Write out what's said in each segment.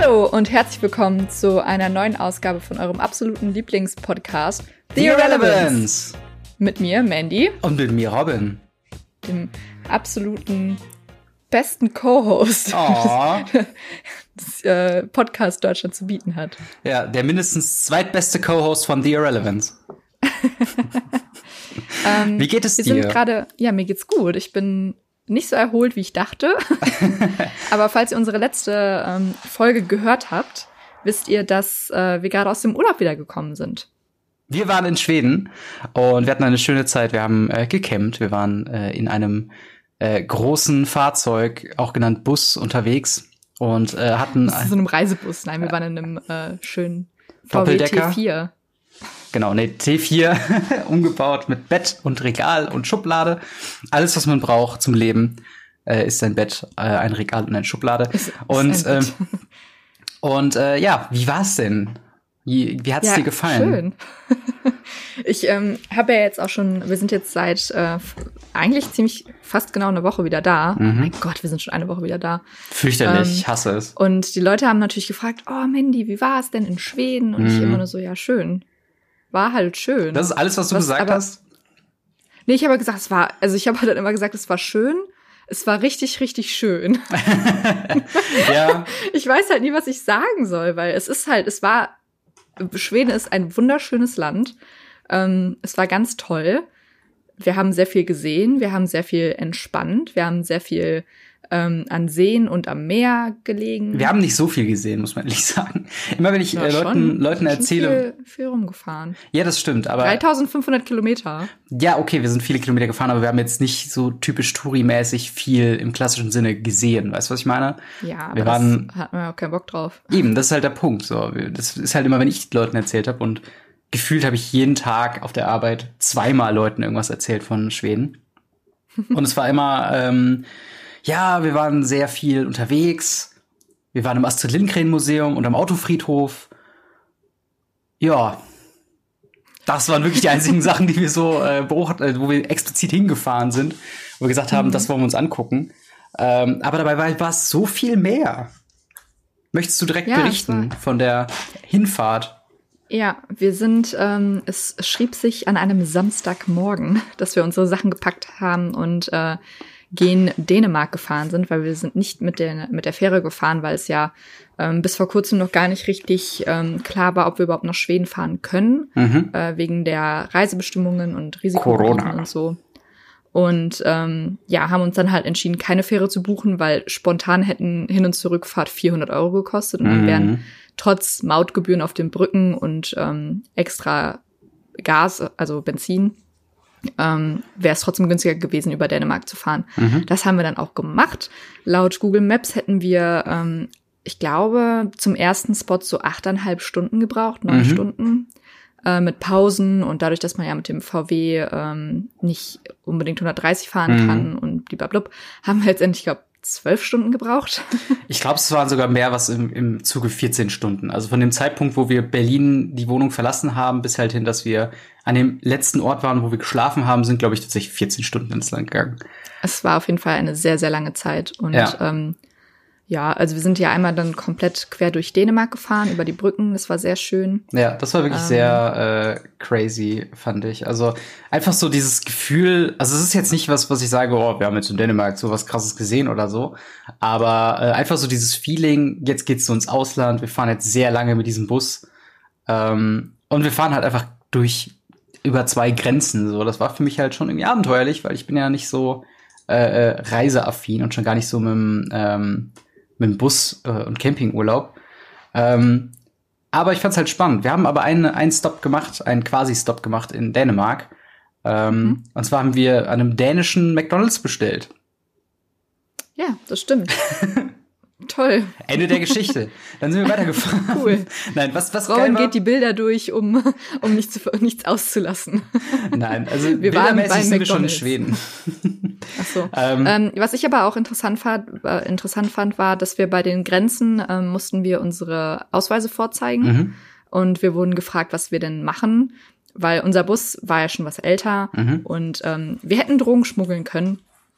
Hallo und herzlich willkommen zu einer neuen Ausgabe von eurem absoluten Lieblingspodcast The Irrelevance. Mit mir, Mandy. Und mit mir, Robin. Dem absoluten besten Co-Host, das Podcast Deutschland zu bieten hat. Ja, der mindestens zweitbeste Co-Host von The Irrelevance. Wie geht es dir? Mir geht's gut. Ich bin nicht so erholt, wie ich dachte. Aber falls ihr unsere letzte Folge gehört habt, wisst ihr, dass wir gerade aus dem Urlaub wiedergekommen sind. Wir waren in Schweden und wir hatten eine schöne Zeit. Wir haben gecampt. Wir waren in einem großen Fahrzeug, auch genannt Bus, unterwegs und hatten so einem Reisebus. Nein, wir waren in einem schönen VW Doppeldecker. T4. Genau, T4, umgebaut mit Bett und Regal und Schublade. Alles, was man braucht zum Leben, ist ein Bett, ein Regal und eine Schublade. Wie war's denn? Wie hat's dir gefallen? Schön. Ich habe ja jetzt auch schon, wir sind jetzt seit eigentlich fast genau eine Woche wieder da. Oh mein Gott, wir sind schon eine Woche wieder da. Fürchterlich, ich hasse es. Und die Leute haben natürlich gefragt, oh Mandy, wie war es denn in Schweden? Und ich immer nur so, ja schön. War halt schön. Das ist alles, was du gesagt hast? Nee, ich habe gesagt, ich habe halt immer gesagt, es war schön. Es war richtig, richtig schön. Ja. Ich weiß halt nie, was ich sagen soll, weil Schweden ist ein wunderschönes Land. Es war ganz toll. Wir haben sehr viel gesehen, wir haben sehr viel entspannt, wir haben sehr viel an Seen und am Meer gelegen. Wir haben nicht so viel gesehen, muss man ehrlich sagen. Immer wenn ich Leuten erzähle. Viel rumgefahren. Ja, das stimmt, aber 3500 Kilometer. Ja, okay, wir sind viele Kilometer gefahren, aber wir haben jetzt nicht so typisch Touri-mäßig viel im klassischen Sinne gesehen. Weißt du, was ich meine? Ja, aber da hatten wir auch keinen Bock drauf. Eben, das ist halt der Punkt. So, das ist halt immer, wenn ich Leuten erzählt habe und gefühlt habe ich jeden Tag auf der Arbeit zweimal Leuten irgendwas erzählt von Schweden. Und es war immer wir waren sehr viel unterwegs. Wir waren im Astrid Lindgren Museum und am Autofriedhof. Ja, das waren wirklich die einzigen Sachen, die wir so wo wir explizit hingefahren sind, wo wir gesagt haben, das wollen wir uns angucken. Aber dabei war es so viel mehr. Möchtest du direkt berichten von der Hinfahrt? Ja, wir sind, es schrieb sich an einem Samstagmorgen, dass wir unsere Sachen gepackt haben und gen Dänemark gefahren sind, weil wir sind nicht mit der Fähre gefahren, weil es ja bis vor kurzem noch gar nicht richtig klar war, ob wir überhaupt nach Schweden fahren können, wegen der Reisebestimmungen und Risikogebieten und so. Und haben uns dann halt entschieden, keine Fähre zu buchen, weil spontan hätten Hin- und Zurückfahrt 400 € gekostet und dann wären trotz Mautgebühren auf den Brücken und extra Gas, also Benzin, wäre es trotzdem günstiger gewesen, über Dänemark zu fahren. Das haben wir dann auch gemacht. Laut Google Maps hätten wir, ich glaube, zum ersten Spot so 8,5 Stunden gebraucht, 9 Stunden, mit Pausen und dadurch, dass man ja mit dem VW nicht unbedingt 130 fahren kann und blablabla, haben wir letztendlich, ich glaube, 12 Stunden gebraucht. Ich glaube, es waren sogar mehr, was im Zuge 14 Stunden. Also von dem Zeitpunkt, wo wir Berlin die Wohnung verlassen haben, bis halt hin, dass wir an dem letzten Ort waren, wo wir geschlafen haben, sind, glaube ich, tatsächlich 14 Stunden ins Land gegangen. Es war auf jeden Fall eine sehr, sehr lange Zeit. Und also wir sind ja einmal dann komplett quer durch Dänemark gefahren, über die Brücken. Das war sehr schön. Ja, das war wirklich sehr crazy, fand ich. Also einfach so dieses Gefühl, also es ist jetzt nicht was ich sage, wir haben jetzt in Dänemark so was Krasses gesehen oder so. Aber einfach so dieses Feeling, jetzt geht's so ins Ausland, wir fahren jetzt sehr lange mit diesem Bus. Und wir fahren halt einfach über 2 Grenzen. So, das war für mich halt schon irgendwie abenteuerlich, weil ich bin ja nicht so reiseaffin und schon gar nicht so mit dem Bus und Campingurlaub. Aber ich fand's halt spannend. Wir haben aber einen Stop gemacht, einen Quasi-Stop gemacht in Dänemark. Und zwar haben wir an einem dänischen McDonald's bestellt. Ja, das stimmt. Toll. Ende der Geschichte. Dann sind wir weitergefahren. Cool. Nein, was Robin geht die Bilder durch, um nichts auszulassen. Nein, also bildermäßig sind wir schon in Schweden. Ach so. Was ich aber auch interessant fand, war, dass wir bei den Grenzen mussten wir unsere Ausweise vorzeigen. Und wir wurden gefragt, was wir denn machen, weil unser Bus war ja schon was älter und wir hätten Drogen schmuggeln können.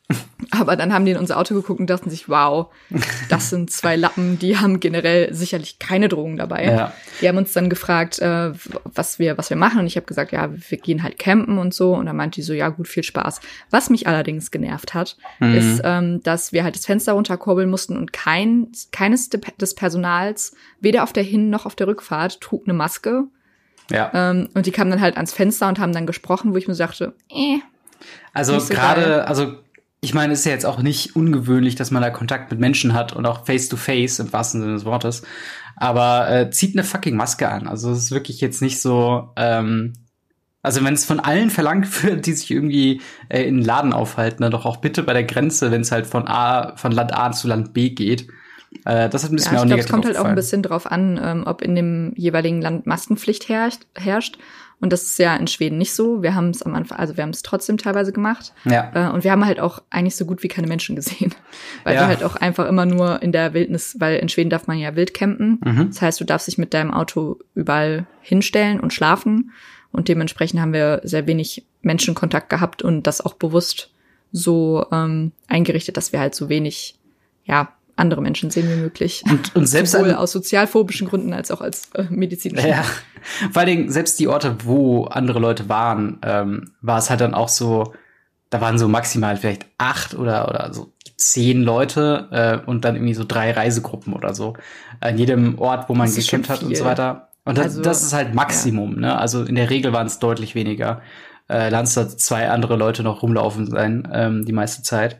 Aber dann haben die in unser Auto geguckt und dachten sich, wow, das sind 2 Lappen, die haben generell sicherlich keine Drogen dabei. Ja. Die haben uns dann gefragt, was wir machen. Und ich habe gesagt, ja, wir gehen halt campen und so. Und dann meinte die so, ja gut, viel Spaß. Was mich allerdings genervt hat, ist, dass wir halt das Fenster runterkurbeln mussten und keines des Personals, weder auf der Hin- noch auf der Rückfahrt, trug eine Maske. Ja. Und die kamen dann halt ans Fenster und haben dann gesprochen, wo ich mir sagte, Also nicht so gerade, geil. also ich meine, es ist ja jetzt auch nicht ungewöhnlich, dass man da Kontakt mit Menschen hat und auch face-to-face im wahrsten Sinne des Wortes. Aber zieht eine fucking Maske an. Also es ist wirklich jetzt nicht so, also wenn es von allen verlangt wird, die sich irgendwie in einen Laden aufhalten, dann doch auch bitte bei der Grenze, wenn es halt von Land A zu Land B geht. Das hat ein bisschen Ja, auch ich glaube, negativ es kommt halt auch ein aufgefallen. bisschen drauf an, ob in dem jeweiligen Land Maskenpflicht herrscht. Und das ist ja in Schweden nicht so. Wir haben es am Anfang, also wir haben es trotzdem teilweise gemacht. Ja. Und wir haben halt auch eigentlich so gut wie keine Menschen gesehen. Weil Ja. wir halt auch einfach immer nur in der Wildnis, weil in Schweden darf man ja wild campen. Mhm. Das heißt, du darfst dich mit deinem Auto überall hinstellen und schlafen. Und dementsprechend haben wir sehr wenig Menschenkontakt gehabt und das auch bewusst so eingerichtet, dass wir halt so wenig, ja, andere Menschen sehen wie möglich. Und selbst sowohl an- aus sozialphobischen Gründen als auch als medizinischen. Ja, vor allen Dingen, selbst die Orte, wo andere Leute waren, war es halt dann auch so, da waren so maximal vielleicht 8 oder so 10 Leute und dann irgendwie so 3 Reisegruppen oder so. An jedem Ort, wo man Das ist schon gecampt hat und viel. so weiter. Und das, Also, das ist halt Maximum, ne? Also in der Regel waren es deutlich weniger. Lassen da 2 andere Leute noch rumlaufen sein, die meiste Zeit.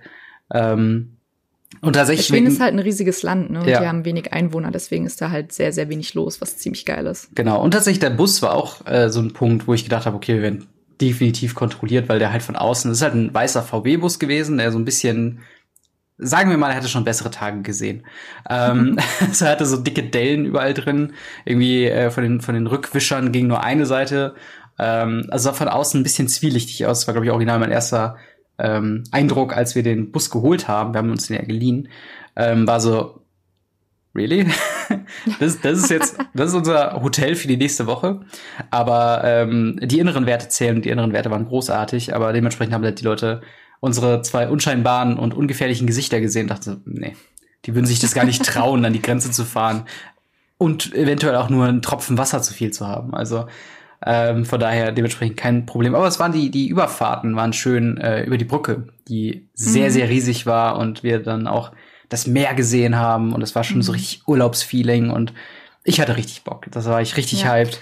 Und tatsächlich Schweden ist halt ein riesiges Land, ne? Und Ja. die haben wenig Einwohner, deswegen ist da halt sehr, sehr wenig los, was ziemlich geil ist. Genau, und tatsächlich der Bus war auch so ein Punkt, wo ich gedacht habe, okay, wir werden definitiv kontrolliert, weil der halt von außen, das ist halt ein weißer VW-Bus gewesen, der so ein bisschen, sagen wir mal, er hatte schon bessere Tage gesehen. Also er hatte so dicke Dellen überall drin, irgendwie von den Rückwischern ging nur eine Seite, also sah von außen ein bisschen zwielichtig aus, das war, glaube ich, original mein erster Eindruck, als wir den Bus geholt haben, wir haben uns den ja geliehen, war so, really? Das ist unser Hotel für die nächste Woche. Aber die inneren Werte zählen und die inneren Werte waren großartig. Aber dementsprechend haben halt die Leute unsere 2 unscheinbaren und ungefährlichen Gesichter gesehen und dachten, nee, die würden sich das gar nicht trauen, an die Grenze zu fahren. Und eventuell auch nur einen Tropfen Wasser zu viel zu haben. Also von daher dementsprechend kein Problem. Aber es waren die Überfahrten waren schön über die Brücke, die sehr, sehr riesig war und wir dann auch das Meer gesehen haben und es war schon so richtig Urlaubsfeeling und ich hatte richtig Bock. Das war ich richtig hyped.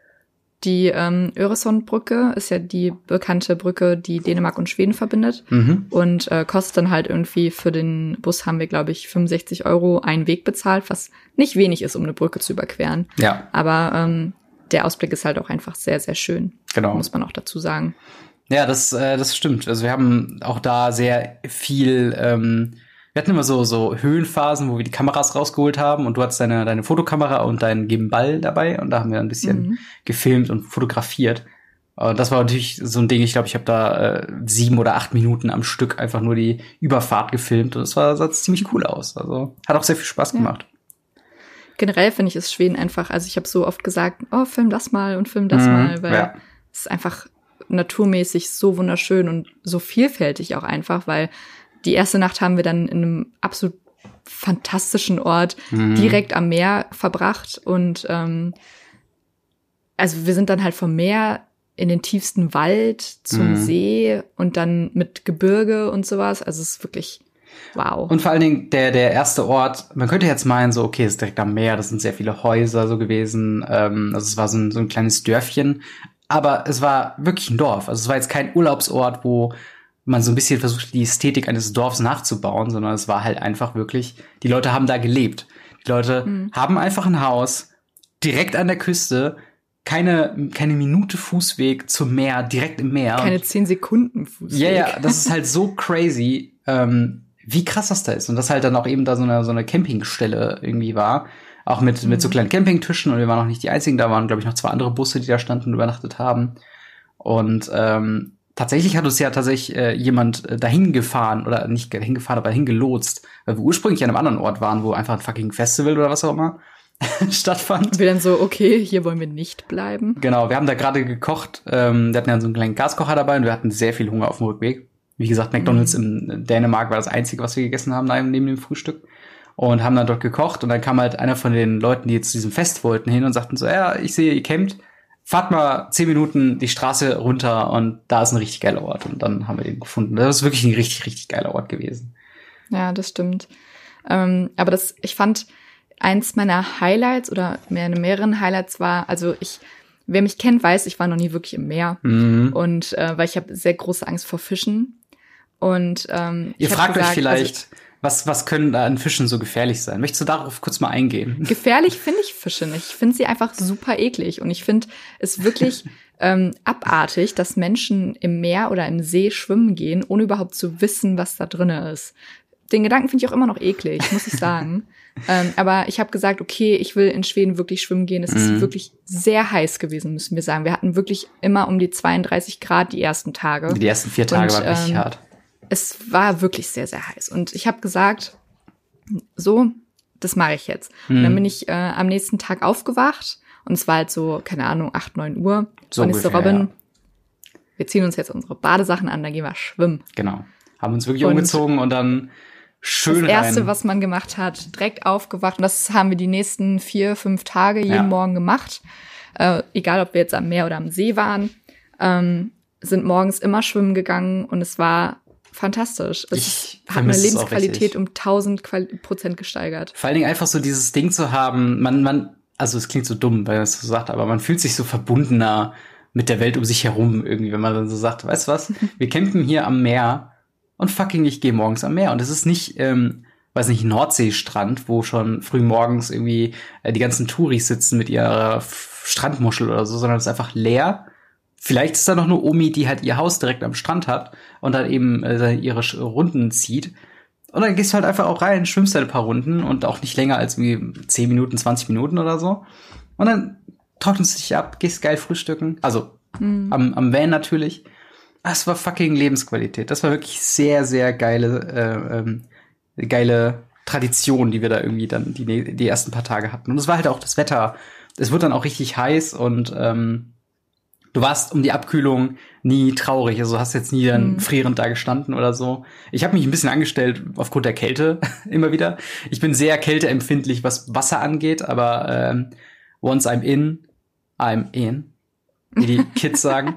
Die Öresundbrücke ist ja die bekannte Brücke, die Dänemark und Schweden verbindet. Und kostet dann halt irgendwie für den Bus haben wir, glaube ich, 65 € einen Weg bezahlt, was nicht wenig ist, um eine Brücke zu überqueren. Ja. Aber der Ausblick ist halt auch einfach sehr, sehr schön. Genau. Muss man auch dazu sagen. Ja, das stimmt. Also wir haben auch da sehr viel, wir hatten immer so Höhenphasen, wo wir die Kameras rausgeholt haben und du hattest deine Fotokamera und deinen Gimbal dabei und da haben wir ein bisschen gefilmt und fotografiert. Und das war natürlich so ein Ding, ich glaube, ich habe da 7 oder 8 Minuten am Stück einfach nur die Überfahrt gefilmt und das sah ziemlich cool aus. Also hat auch sehr viel Spaß gemacht. Generell finde ich es Schweden einfach, also ich habe so oft gesagt, oh, film das mal und film das mal, weil es ist einfach naturmäßig so wunderschön und so vielfältig auch einfach, weil die erste Nacht haben wir dann in einem absolut fantastischen Ort direkt am Meer verbracht und also wir sind dann halt vom Meer in den tiefsten Wald zum See und dann mit Gebirge und sowas, also es ist wirklich wow. Und vor allen Dingen der erste Ort, man könnte jetzt meinen, so, okay, es ist direkt am Meer, das sind sehr viele Häuser so gewesen, also es war so ein kleines Dörfchen, aber es war wirklich ein Dorf, also es war jetzt kein Urlaubsort, wo man so ein bisschen versucht, die Ästhetik eines Dorfs nachzubauen, sondern es war halt einfach wirklich, die Leute haben da gelebt. Die Leute haben einfach ein Haus direkt an der Küste, keine Minute Fußweg zum Meer, direkt im Meer. Keine 10 Sekunden Fußweg. Ja, das ist halt so crazy, wie krass das da ist. Und das halt dann auch eben da so eine Campingstelle irgendwie war. Auch mit so kleinen Campingtischen. Und wir waren auch nicht die Einzigen. Da waren, glaube ich, noch 2 andere Busse, die da standen und übernachtet haben. Und tatsächlich hat uns ja jemand dahin gefahren. Oder nicht dahin gefahren, aber hingelotst. Weil wir ursprünglich an einem anderen Ort waren, wo einfach ein fucking Festival oder was auch immer stattfand. Und wir dann so, okay, hier wollen wir nicht bleiben. Genau, wir haben da gerade gekocht. Wir hatten ja so einen kleinen Gaskocher dabei und wir hatten sehr viel Hunger auf dem Rückweg. Wie gesagt, McDonald's in Dänemark war das Einzige, was wir gegessen haben neben dem Frühstück. Und haben dann dort gekocht. Und dann kam halt einer von den Leuten, die jetzt zu diesem Fest wollten, hin und sagten so, ja, ich sehe, ihr campt. Fahrt mal 10 Minuten die Straße runter und da ist ein richtig geiler Ort. Und dann haben wir den gefunden. Das ist wirklich ein richtig, richtig geiler Ort gewesen. Ja, das stimmt. Aber ich fand, eins meiner Highlights oder mehreren Highlights war, also wer mich kennt, weiß, ich war noch nie wirklich im Meer. Und weil ich habe sehr große Angst vor Fischen. Und ihr fragt euch vielleicht, was können da an Fischen so gefährlich sein? Möchtest du darauf kurz mal eingehen? Gefährlich finde ich Fische nicht. Ich finde sie einfach super eklig. Und ich finde es wirklich abartig, dass Menschen im Meer oder im See schwimmen gehen, ohne überhaupt zu wissen, was da drinne ist. Den Gedanken finde ich auch immer noch eklig, muss ich sagen. Aber ich habe gesagt, okay, ich will in Schweden wirklich schwimmen gehen. Es ist wirklich sehr heiß gewesen, müssen wir sagen. Wir hatten wirklich immer um die 32 Grad die ersten Tage. Die ersten 4 Tage waren richtig hart. Es war wirklich sehr, sehr heiß. Und ich habe gesagt, so, das mache ich jetzt. Und dann bin ich am nächsten Tag aufgewacht. Und es war halt so, keine Ahnung, 8, 9 Uhr. So und ich so, ungefähr, Robin, wir ziehen uns jetzt unsere Badesachen an, dann gehen wir schwimmen. Genau. Haben uns wirklich umgezogen und dann schön das Erste, was man gemacht hat, direkt aufgewacht. Und das haben wir die nächsten 4, 5 Tage jeden Morgen gemacht. Egal, ob wir jetzt am Meer oder am See waren. Sind morgens immer schwimmen gegangen und es war fantastisch. Es hat meine Lebensqualität um 1000% gesteigert. Vor allen Dingen einfach so dieses Ding zu haben, also es klingt so dumm, weil man es so sagt, aber man fühlt sich so verbundener mit der Welt um sich herum irgendwie, wenn man dann so sagt, weißt du was, wir campen hier am Meer und fucking ich gehe morgens am Meer. Und es ist nicht, weiß nicht, Nordseestrand, wo schon früh morgens irgendwie die ganzen Touris sitzen mit ihrer Strandmuschel oder so, sondern es ist einfach leer. Vielleicht ist da noch eine Omi, die halt ihr Haus direkt am Strand hat und dann eben ihre Runden zieht. Und dann gehst du halt einfach auch rein, schwimmst halt ein paar Runden und auch nicht länger als wie 10 Minuten, 20 Minuten oder so. Und dann trocknest du dich ab, gehst geil frühstücken. Also am Van natürlich. Das war fucking Lebensqualität. Das war wirklich sehr, sehr geile Tradition, die wir da irgendwie dann die ersten paar Tage hatten. Und es war halt auch das Wetter. Es wird dann auch richtig heiß und du warst um die Abkühlung nie traurig. Also hast jetzt nie dann frierend da gestanden oder so. Ich habe mich ein bisschen angestellt aufgrund der Kälte immer wieder. Ich bin sehr kälteempfindlich, was Wasser angeht, aber once I'm in, wie die Kids sagen.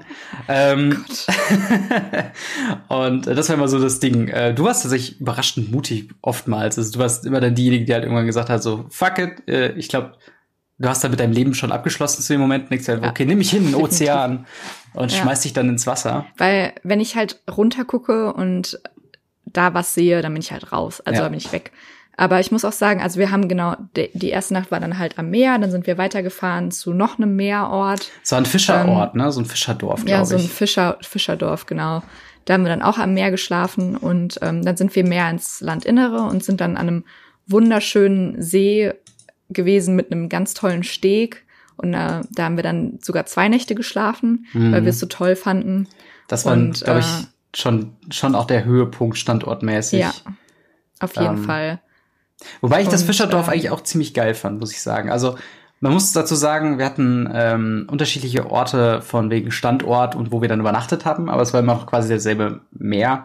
Und das war immer so das Ding. Du warst tatsächlich überraschend mutig oftmals. Also du warst immer dann diejenige, die halt irgendwann gesagt hat, so fuck it, ich glaube, du hast dann mit deinem Leben schon abgeschlossen zu dem Moment. Nichts halt, okay, nimm mich hin in den Ozean und schmeiß dich dann ins Wasser. Weil wenn ich halt runtergucke und da was sehe, dann bin ich halt raus. Also da bin ich weg. Aber ich muss auch sagen, also wir haben genau, die erste Nacht war dann halt am Meer, dann sind wir weitergefahren zu noch einem Meerort. So ein Fischerort, ne? So ein Fischerdorf, glaube ich. Ja, so ein Fischerdorf, genau. Da haben wir dann auch am Meer geschlafen und dann sind wir mehr ins Landinnere und sind dann an einem wunderschönen See gewesen mit einem ganz tollen Steg. Und da haben wir dann sogar 2 Nächte geschlafen, weil wir es so toll fanden. Das war, glaube ich, schon auch der Höhepunkt standortmäßig. Ja, auf jeden Fall. Wobei ich das Fischerdorf eigentlich auch ziemlich geil fand, muss ich sagen. Also man muss dazu sagen, wir hatten unterschiedliche Orte von wegen Standort und wo wir dann übernachtet haben, aber es war immer noch quasi derselbe Meer.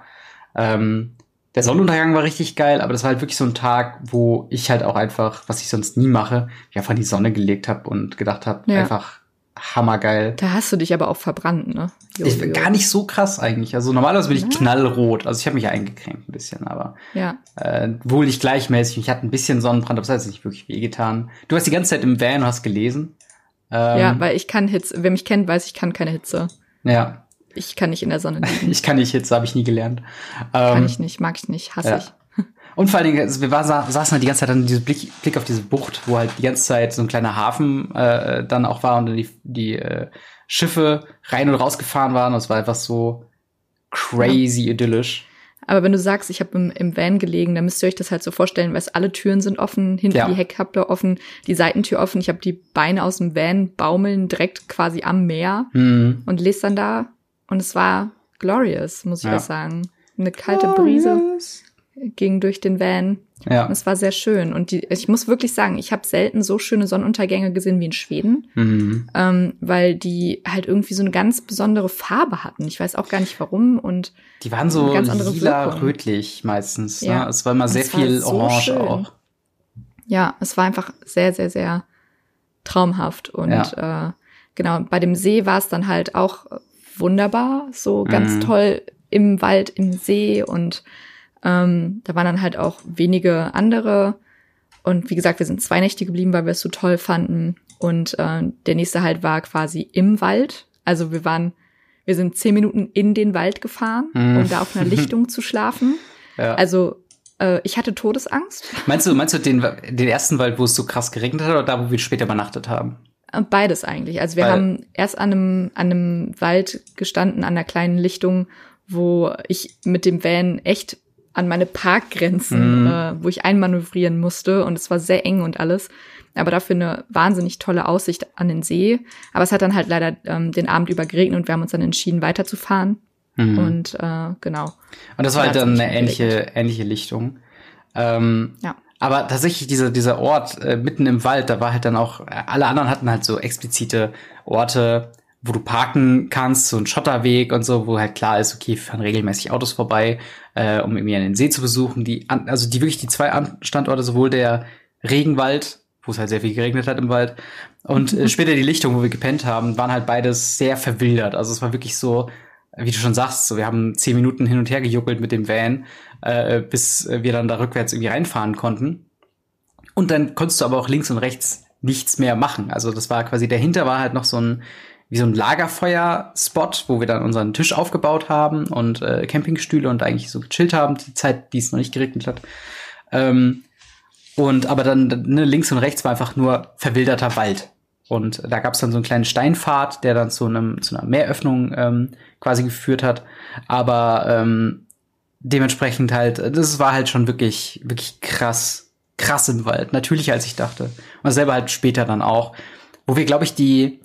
Der Sonnenuntergang war richtig geil, aber das war halt wirklich so ein Tag, wo ich halt auch einfach, was ich sonst nie mache, ich einfach in die Sonne gelegt habe und gedacht habe, einfach hammergeil. Da hast du dich aber auch verbrannt, ne? Ich bin gar nicht so krass eigentlich. Also normalerweise bin ich knallrot. Also ich habe mich eingecremt ein bisschen, aber wohl nicht gleichmäßig. Ich hatte ein bisschen Sonnenbrand, aber das hat nicht wirklich wehgetan. Du warst die ganze Zeit im Van und hast gelesen. Ja, weil ich kann Hitze. Wer mich kennt, weiß, ich kann keine Hitze. Ja. Ich kann nicht in der Sonne liegen. Ich kann nicht Hitze, habe ich nie gelernt. Kann ich nicht, mag ich nicht, hasse ich. Und vor allen Dingen, also wir saßen halt die ganze Zeit an diesem Blick auf diese Bucht, wo halt die ganze Zeit so ein kleiner Hafen dann auch war und dann die Schiffe rein und rausgefahren waren. Und es war einfach so crazy idyllisch. Aber wenn du sagst, ich habe im Van gelegen, dann müsst ihr euch das halt so vorstellen, weil alle Türen sind offen, hinten die Heckklappe offen, die Seitentür offen. Ich habe die Beine aus dem Van baumeln direkt quasi am Meer und lese dann da. Und es war glorious, muss ich auch sagen. Eine kalte Brise. ging durch den Van. Ja. Und es war sehr schön. Und ich muss wirklich sagen, ich habe selten so schöne Sonnenuntergänge gesehen wie in Schweden, weil die halt irgendwie so eine ganz besondere Farbe hatten. Ich weiß auch gar nicht warum. Und die waren so ganz andere lila-rötlich meistens. Ja. Ne? Es war immer sehr viel so Orange schön. auch. Ja, es war einfach sehr, sehr, sehr traumhaft. Und genau, bei dem See war es dann halt auch wunderbar, so ganz toll im Wald, im See. Und da waren dann halt auch wenige andere. Und wie gesagt, wir sind 2 Nächte geblieben, weil wir es so toll fanden. Und der nächste Halt war quasi im Wald. Also wir sind 10 Minuten in den Wald gefahren, um da auf einer Lichtung zu schlafen. Ja. Also ich hatte Todesangst. Meinst du den ersten Wald, wo es so krass geregnet hat, oder da, wo wir später übernachtet haben? Beides eigentlich. Also wir haben erst an einem Wald gestanden, an einer kleinen Lichtung, wo ich mit dem Van echt an meine Parkgrenzen, wo ich einmanövrieren musste. Und es war sehr eng und alles. Aber dafür eine wahnsinnig tolle Aussicht an den See. Aber es hat dann halt leider den Abend über geregnet und wir haben uns dann entschieden, weiterzufahren. Und genau. Und das war halt dann eine ähnliche Lichtung. Ja. Aber tatsächlich dieser Ort mitten im Wald, da war halt dann auch, alle anderen hatten halt so explizite Orte, wo du parken kannst, so ein Schotterweg und so, wo halt klar ist, okay, wir fahren regelmäßig Autos vorbei, um irgendwie den See zu besuchen. Also wirklich die 2 Standorte, sowohl der Regenwald, wo es halt sehr viel geregnet hat im Wald, und später die Lichtung, wo wir gepennt haben, waren halt beides sehr verwildert. Also es war wirklich so, wie du schon sagst, so wir haben 10 Minuten hin und her gejuckelt mit dem Van, bis wir dann da rückwärts irgendwie reinfahren konnten. Und dann konntest du aber auch links und rechts nichts mehr machen. Also das war quasi, dahinter war halt noch so ein Lagerfeuer-Spot, wo wir dann unseren Tisch aufgebaut haben und Campingstühle und eigentlich so gechillt haben, die Zeit, die es noch nicht geregnet hat. Aber dann links und rechts war einfach nur verwilderter Wald. Und da gab es dann so einen kleinen Steinpfad, der dann zu einer Meeröffnung quasi geführt hat. Aber dementsprechend halt, das war halt schon wirklich, wirklich krass im Wald. Natürlicher, als ich dachte. Und selber halt später dann auch. Wo wir, glaube ich, die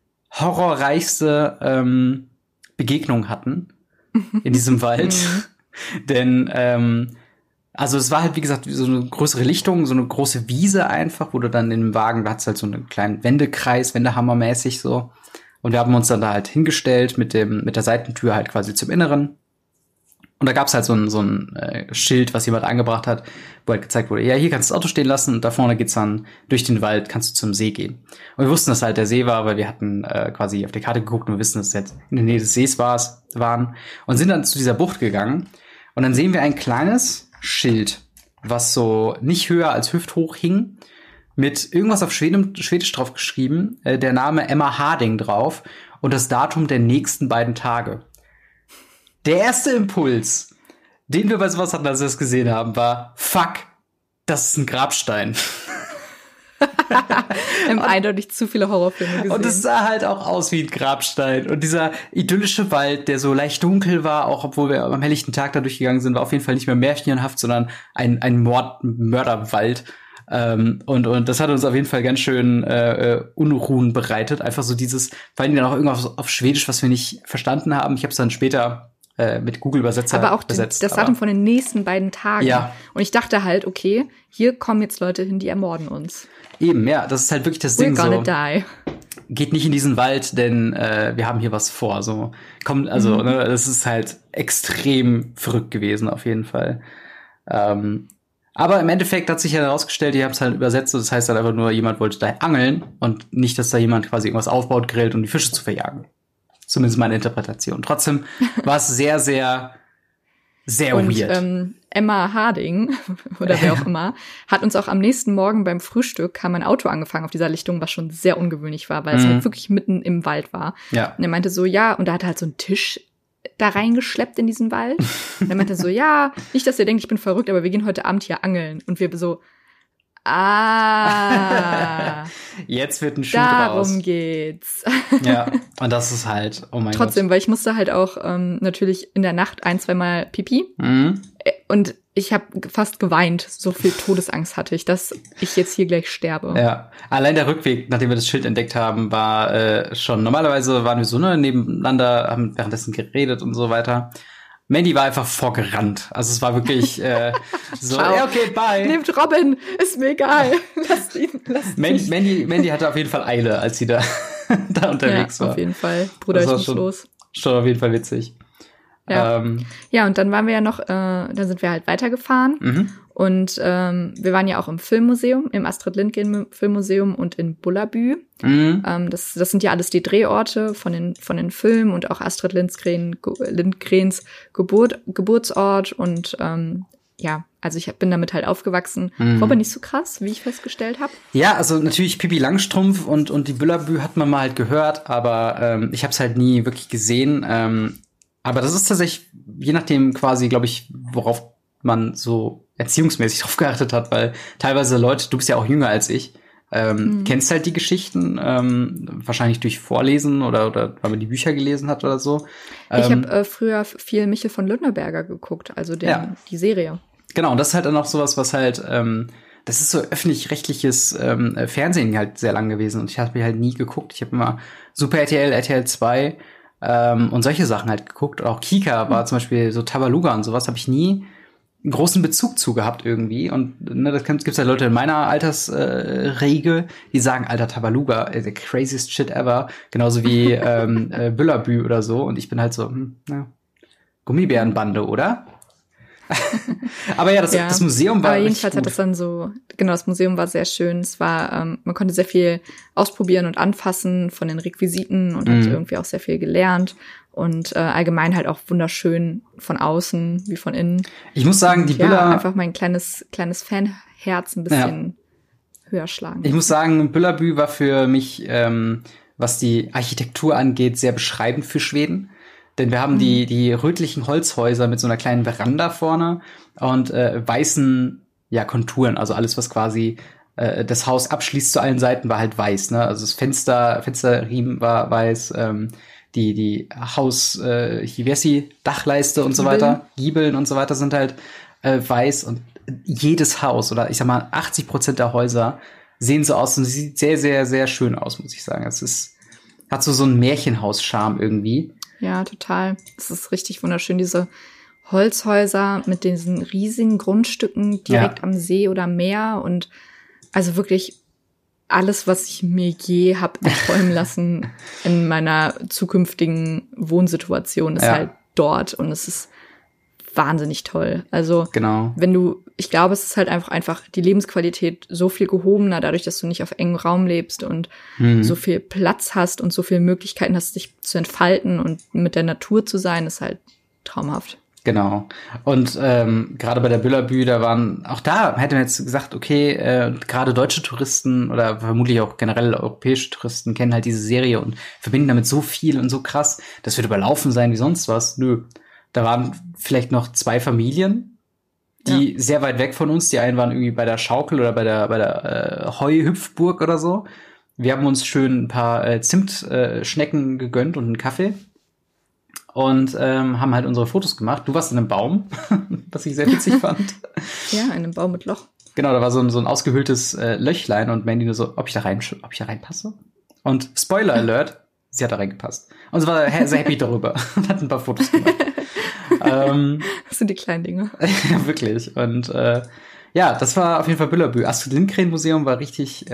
horrorreichste Begegnung hatten in diesem Wald. Denn also es war halt, wie gesagt, so eine größere Lichtung, so eine große Wiese einfach, wo du dann in dem Wagen, da hat's halt so einen kleinen Wendekreis, Wendehammermäßig so. Und wir haben uns dann da halt hingestellt mit der Seitentür halt quasi zum Inneren. Und da gab's halt so ein Schild, was jemand angebracht hat, wo halt gezeigt wurde, ja, hier kannst du das Auto stehen lassen und da vorne geht's dann durch den Wald, kannst du zum See gehen. Und wir wussten, dass halt der See war, weil wir hatten quasi auf die Karte geguckt und wir wissen, dass wir jetzt in der Nähe des Sees waren und sind dann zu dieser Bucht gegangen. Und dann sehen wir ein kleines Schild, was so nicht höher als hüfthoch hing, mit irgendwas auf Schwedisch drauf geschrieben, der Name Emma Harding drauf und das Datum der nächsten 2 Tage. Der erste Impuls, den wir bei sowas hatten, als wir es gesehen haben, war, fuck, das ist ein Grabstein. Wir haben eindeutig zu viele Horrorfilme gesehen. Und es sah halt auch aus wie ein Grabstein. Und dieser idyllische Wald, der so leicht dunkel war, auch obwohl wir am helllichten Tag da durchgegangen sind, war auf jeden Fall nicht mehr märchenhaft, sondern ein Mörderwald. Und das hat uns auf jeden Fall ganz schön Unruhen bereitet. Einfach so dieses, vor allem dann auch irgendwas auf Schwedisch, was wir nicht verstanden haben. Ich habe es dann später mit Google-Übersetzer aber auch übersetzt. Das Datum von den nächsten 2 Tagen. Ja. Und ich dachte halt, okay, hier kommen jetzt Leute hin, die ermorden uns. Eben, ja, das ist halt wirklich das Ding. We're gonna die. Geht nicht in diesen Wald, denn wir haben hier was vor. So kommt, also ne, das ist halt extrem verrückt gewesen auf jeden Fall. Aber im Endeffekt hat sich ja herausgestellt, die haben es halt übersetzt. Das heißt halt einfach nur, jemand wollte da angeln und nicht, dass da jemand quasi irgendwas aufbaut, grillt, um die Fische zu verjagen. Zumindest meine Interpretation. Trotzdem war es sehr, sehr, sehr weird. Emma Harding, oder wer auch immer, hat uns auch am nächsten Morgen beim Frühstück, kam ein Auto angefangen auf dieser Lichtung, was schon sehr ungewöhnlich war, weil es halt wirklich mitten im Wald war. Ja. Und er meinte so, ja, und da hat er halt so einen Tisch da reingeschleppt in diesen Wald. Und er meinte so, ja, nicht, dass ihr denkt, ich bin verrückt, aber wir gehen heute Abend hier angeln. Und wir so, jetzt wird ein Schuh draus. Darum geht's. Ja, und das ist halt, oh mein Gott. Trotzdem, weil ich musste halt auch natürlich in der Nacht 1-2 Mal Pipi. Und ich habe fast geweint, so viel Todesangst hatte ich, dass ich jetzt hier gleich sterbe. Ja, allein der Rückweg, nachdem wir das Schild entdeckt haben, war schon, normalerweise waren wir so nebeneinander, haben währenddessen geredet und so weiter. Mandy war einfach vorgerannt. Also es war wirklich so, ja, okay, bye. Nehmt Robin, ist mir egal. Lasst ihn. Mandy hatte auf jeden Fall Eile, als sie da unterwegs war. Auf jeden Fall. Bruder, ich muss los. Schon auf jeden Fall witzig. Ja, ja, und dann waren wir ja noch, dann sind wir halt weitergefahren. Und wir waren ja auch im Filmmuseum, im Astrid Lindgren Filmmuseum und in Bullabü. Das sind ja alles die Drehorte von den Filmen und auch Astrid Lindgrens Geburtsort. Und ja, also ich bin damit halt aufgewachsen. War aber nicht so krass, wie ich festgestellt habe. Ja, also natürlich Pippi Langstrumpf und die Bullabü hat man mal halt gehört, aber ich habe es halt nie wirklich gesehen. Aber das ist tatsächlich, je nachdem quasi, glaube ich, worauf man so erziehungsmäßig drauf geachtet hat, weil teilweise Leute, du bist ja auch jünger als ich, kennst halt die Geschichten, wahrscheinlich durch Vorlesen oder weil man die Bücher gelesen hat oder so. Ich habe früher viel Michel von Lüneberger geguckt, also die Serie. Genau, und das ist halt dann auch sowas, was halt, das ist so öffentlich-rechtliches Fernsehen halt sehr lang gewesen und ich habe mir halt nie geguckt. Ich habe immer Super RTL, RTL 2 und solche Sachen halt geguckt. Auch Kika war zum Beispiel so Tabaluga und sowas, habe ich nie einen großen Bezug zu gehabt irgendwie. Und ne, gibt's ja Leute in meiner Altersregel, die sagen, Alter, Tabaluga, the craziest shit ever. Genauso wie Bullabü oder so. Und ich bin halt so, Gummibärenbande, oder? Aber ja, das Museum war. Aber jedenfalls hat das dann so, genau, das Museum war sehr schön. Es war, man konnte sehr viel ausprobieren und anfassen von den Requisiten und hat irgendwie auch sehr viel gelernt. Und allgemein halt auch wunderschön von außen wie von innen. Ich muss sagen, die Büller einfach mein kleines Fanherz ein bisschen höher schlagen. Ich muss sagen, Bullabü war für mich, was die Architektur angeht, sehr beschreibend für Schweden. Denn wir haben die rötlichen Holzhäuser mit so einer kleinen Veranda vorne und weißen Konturen. Also alles, was quasi das Haus abschließt zu allen Seiten, war halt weiß. Ne? Also das Fensterriemen war weiß, die wie heißt die, Dachleiste und so weiter, Giebeln und so weiter sind halt weiß. Und jedes Haus, oder ich sag mal 80% der Häuser sehen so aus und es sieht sehr, sehr, sehr schön aus, muss ich sagen. Hat so einen Märchenhaus-Charme irgendwie. Ja, total. Es ist richtig wunderschön, diese Holzhäuser mit diesen riesigen Grundstücken direkt am See oder Meer und also wirklich alles, was ich mir je hab erträumen lassen in meiner zukünftigen Wohnsituation, ist halt dort und es ist wahnsinnig toll. Also genau. Ich glaube, es ist halt einfach die Lebensqualität so viel gehobener, dadurch, dass du nicht auf engem Raum lebst und so viel Platz hast und so viele Möglichkeiten hast, dich zu entfalten und mit der Natur zu sein, ist halt traumhaft. Genau. Und gerade bei der Bullabü, da hätte man jetzt gesagt, okay, gerade deutsche Touristen oder vermutlich auch generell europäische Touristen kennen halt diese Serie und verbinden damit so viel und so krass, das wird überlaufen sein wie sonst was. Nö. Da waren vielleicht noch 2 Familien, die sehr weit weg von uns. Die einen waren irgendwie bei der Schaukel oder bei der Heuhüpfburg oder so. Wir haben uns schön ein paar Zimtschnecken gegönnt und einen Kaffee. Und haben halt unsere Fotos gemacht. Du warst in einem Baum, was ich sehr witzig fand. Ja, in einem Baum mit Loch. Genau, da war so ein ausgehöhltes Löchlein und Mandy nur so, ob ich da reinpasse? Und Spoiler Alert, sie hat da reingepasst. Und sie war sehr happy darüber und hat ein paar Fotos gemacht. Das sind die kleinen Dinge. Ja, wirklich. Und das war auf jeden Fall Bullabü. Astrid Lindgren Museum war richtig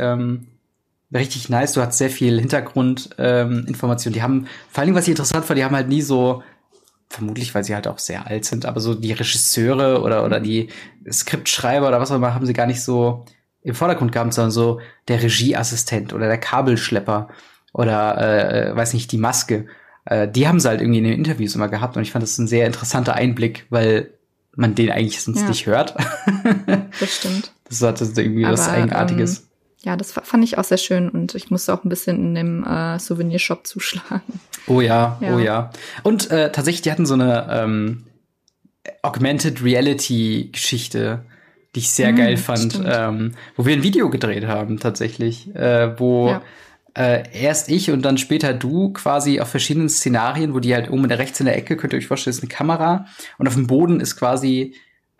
nice. Du hattest sehr viel Hintergrundinformation. Die haben, vor allem, was ich interessant fand, die haben halt nie so, vermutlich, weil sie halt auch sehr alt sind, aber so die Regisseure oder die Skriptschreiber oder was auch immer haben sie gar nicht so im Vordergrund gehabt, sondern so der Regieassistent oder der Kabelschlepper oder, weiß nicht, die Maske. Die haben sie halt irgendwie in den Interviews immer gehabt und ich fand das ein sehr interessanter Einblick, weil man den eigentlich sonst nicht hört. Das stimmt. Das hatte irgendwie was Eigenartiges. Ja, das fand ich auch sehr schön und ich musste auch ein bisschen in dem Souvenirshop zuschlagen. Oh ja. Und tatsächlich, die hatten so eine Augmented Reality Geschichte, die ich sehr geil fand, wo wir ein Video gedreht haben tatsächlich, wo erst ich und dann später du quasi auf verschiedenen Szenarien, wo die halt oben rechts in der Ecke, könnt ihr euch vorstellen, ist eine Kamera und auf dem Boden ist quasi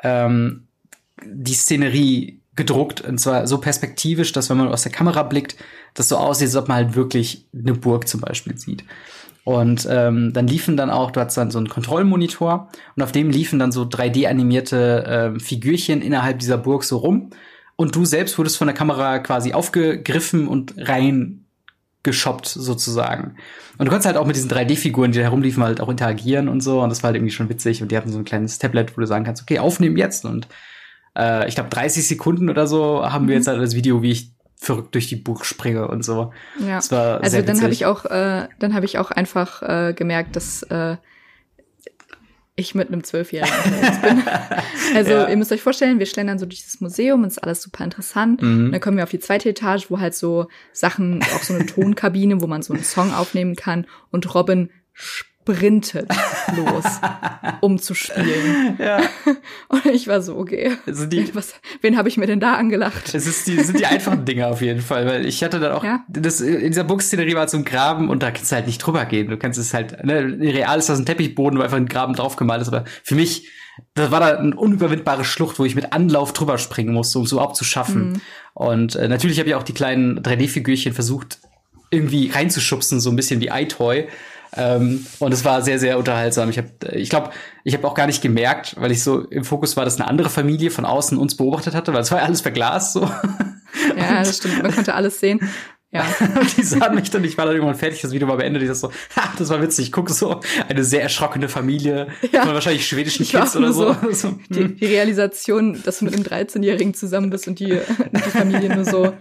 die Szenerie gedruckt und zwar so perspektivisch, dass wenn man aus der Kamera blickt, das so aussieht, als ob man halt wirklich eine Burg zum Beispiel sieht. Und dann liefen dann auch, du hattest dann so einen Kontrollmonitor und auf dem liefen dann so 3D-animierte Figürchen innerhalb dieser Burg so rum. Und du selbst wurdest von der Kamera quasi aufgegriffen und reingeschoppt sozusagen. Und du konntest halt auch mit diesen 3D-Figuren, die da herumliefen, halt auch interagieren und so. Und das war halt irgendwie schon witzig. Und die hatten so ein kleines Tablet, wo du sagen kannst, okay, aufnehmen jetzt. Und ich glaube 30 Sekunden oder so haben wir jetzt halt das Video, wie ich verrückt durch die Burg springe und so. Ja. Das war also sehr dann witzig. habe ich auch einfach gemerkt, dass ich mit einem 12-Jährigen unterwegs bin. Also Ja. ihr müsst euch vorstellen, wir schlendern so durch das Museum und es ist alles super interessant. Und dann kommen wir auf die zweite Etage, wo halt so Sachen, auch so eine Tonkabine, wo man so einen Song aufnehmen kann. Und Robin sprintet los, um zu spielen. Ja. Und ich war so, okay, Also wen habe ich mir denn da angelacht? sind die einfachen Dinge auf jeden Fall, weil ich hatte dann auch, Ja. in dieser Burgszenerie war zum Graben und da kannst du halt nicht drüber gehen. Du kannst es halt, ne, real ist das ein Teppichboden, wo einfach ein Graben draufgemalt ist, aber für mich, das war da eine unüberwindbare Schlucht, wo ich mit Anlauf drüber springen musste, um es überhaupt zu schaffen. Und natürlich habe ich auch die kleinen 3D-Figürchen versucht, irgendwie reinzuschubsen, so ein bisschen wie iToy. Und es war sehr, sehr unterhaltsam. Ich glaube, ich habe auch gar nicht gemerkt, weil ich so im Fokus war, dass eine andere Familie von außen uns beobachtet hatte, weil es war ja alles verglast so. Ja, das stimmt, man konnte alles sehen. Ja. Und die sahen mich dann, ich war dann irgendwann fertig, das Video war beendet, ich dachte so, das war witzig, ich gucke so, eine sehr erschrockene Familie, Ja. von wahrscheinlich schwedischen Ich war Kids auch nur oder so. Die Realisation, dass du mit einem 13-Jährigen zusammen bist und die Familie nur so,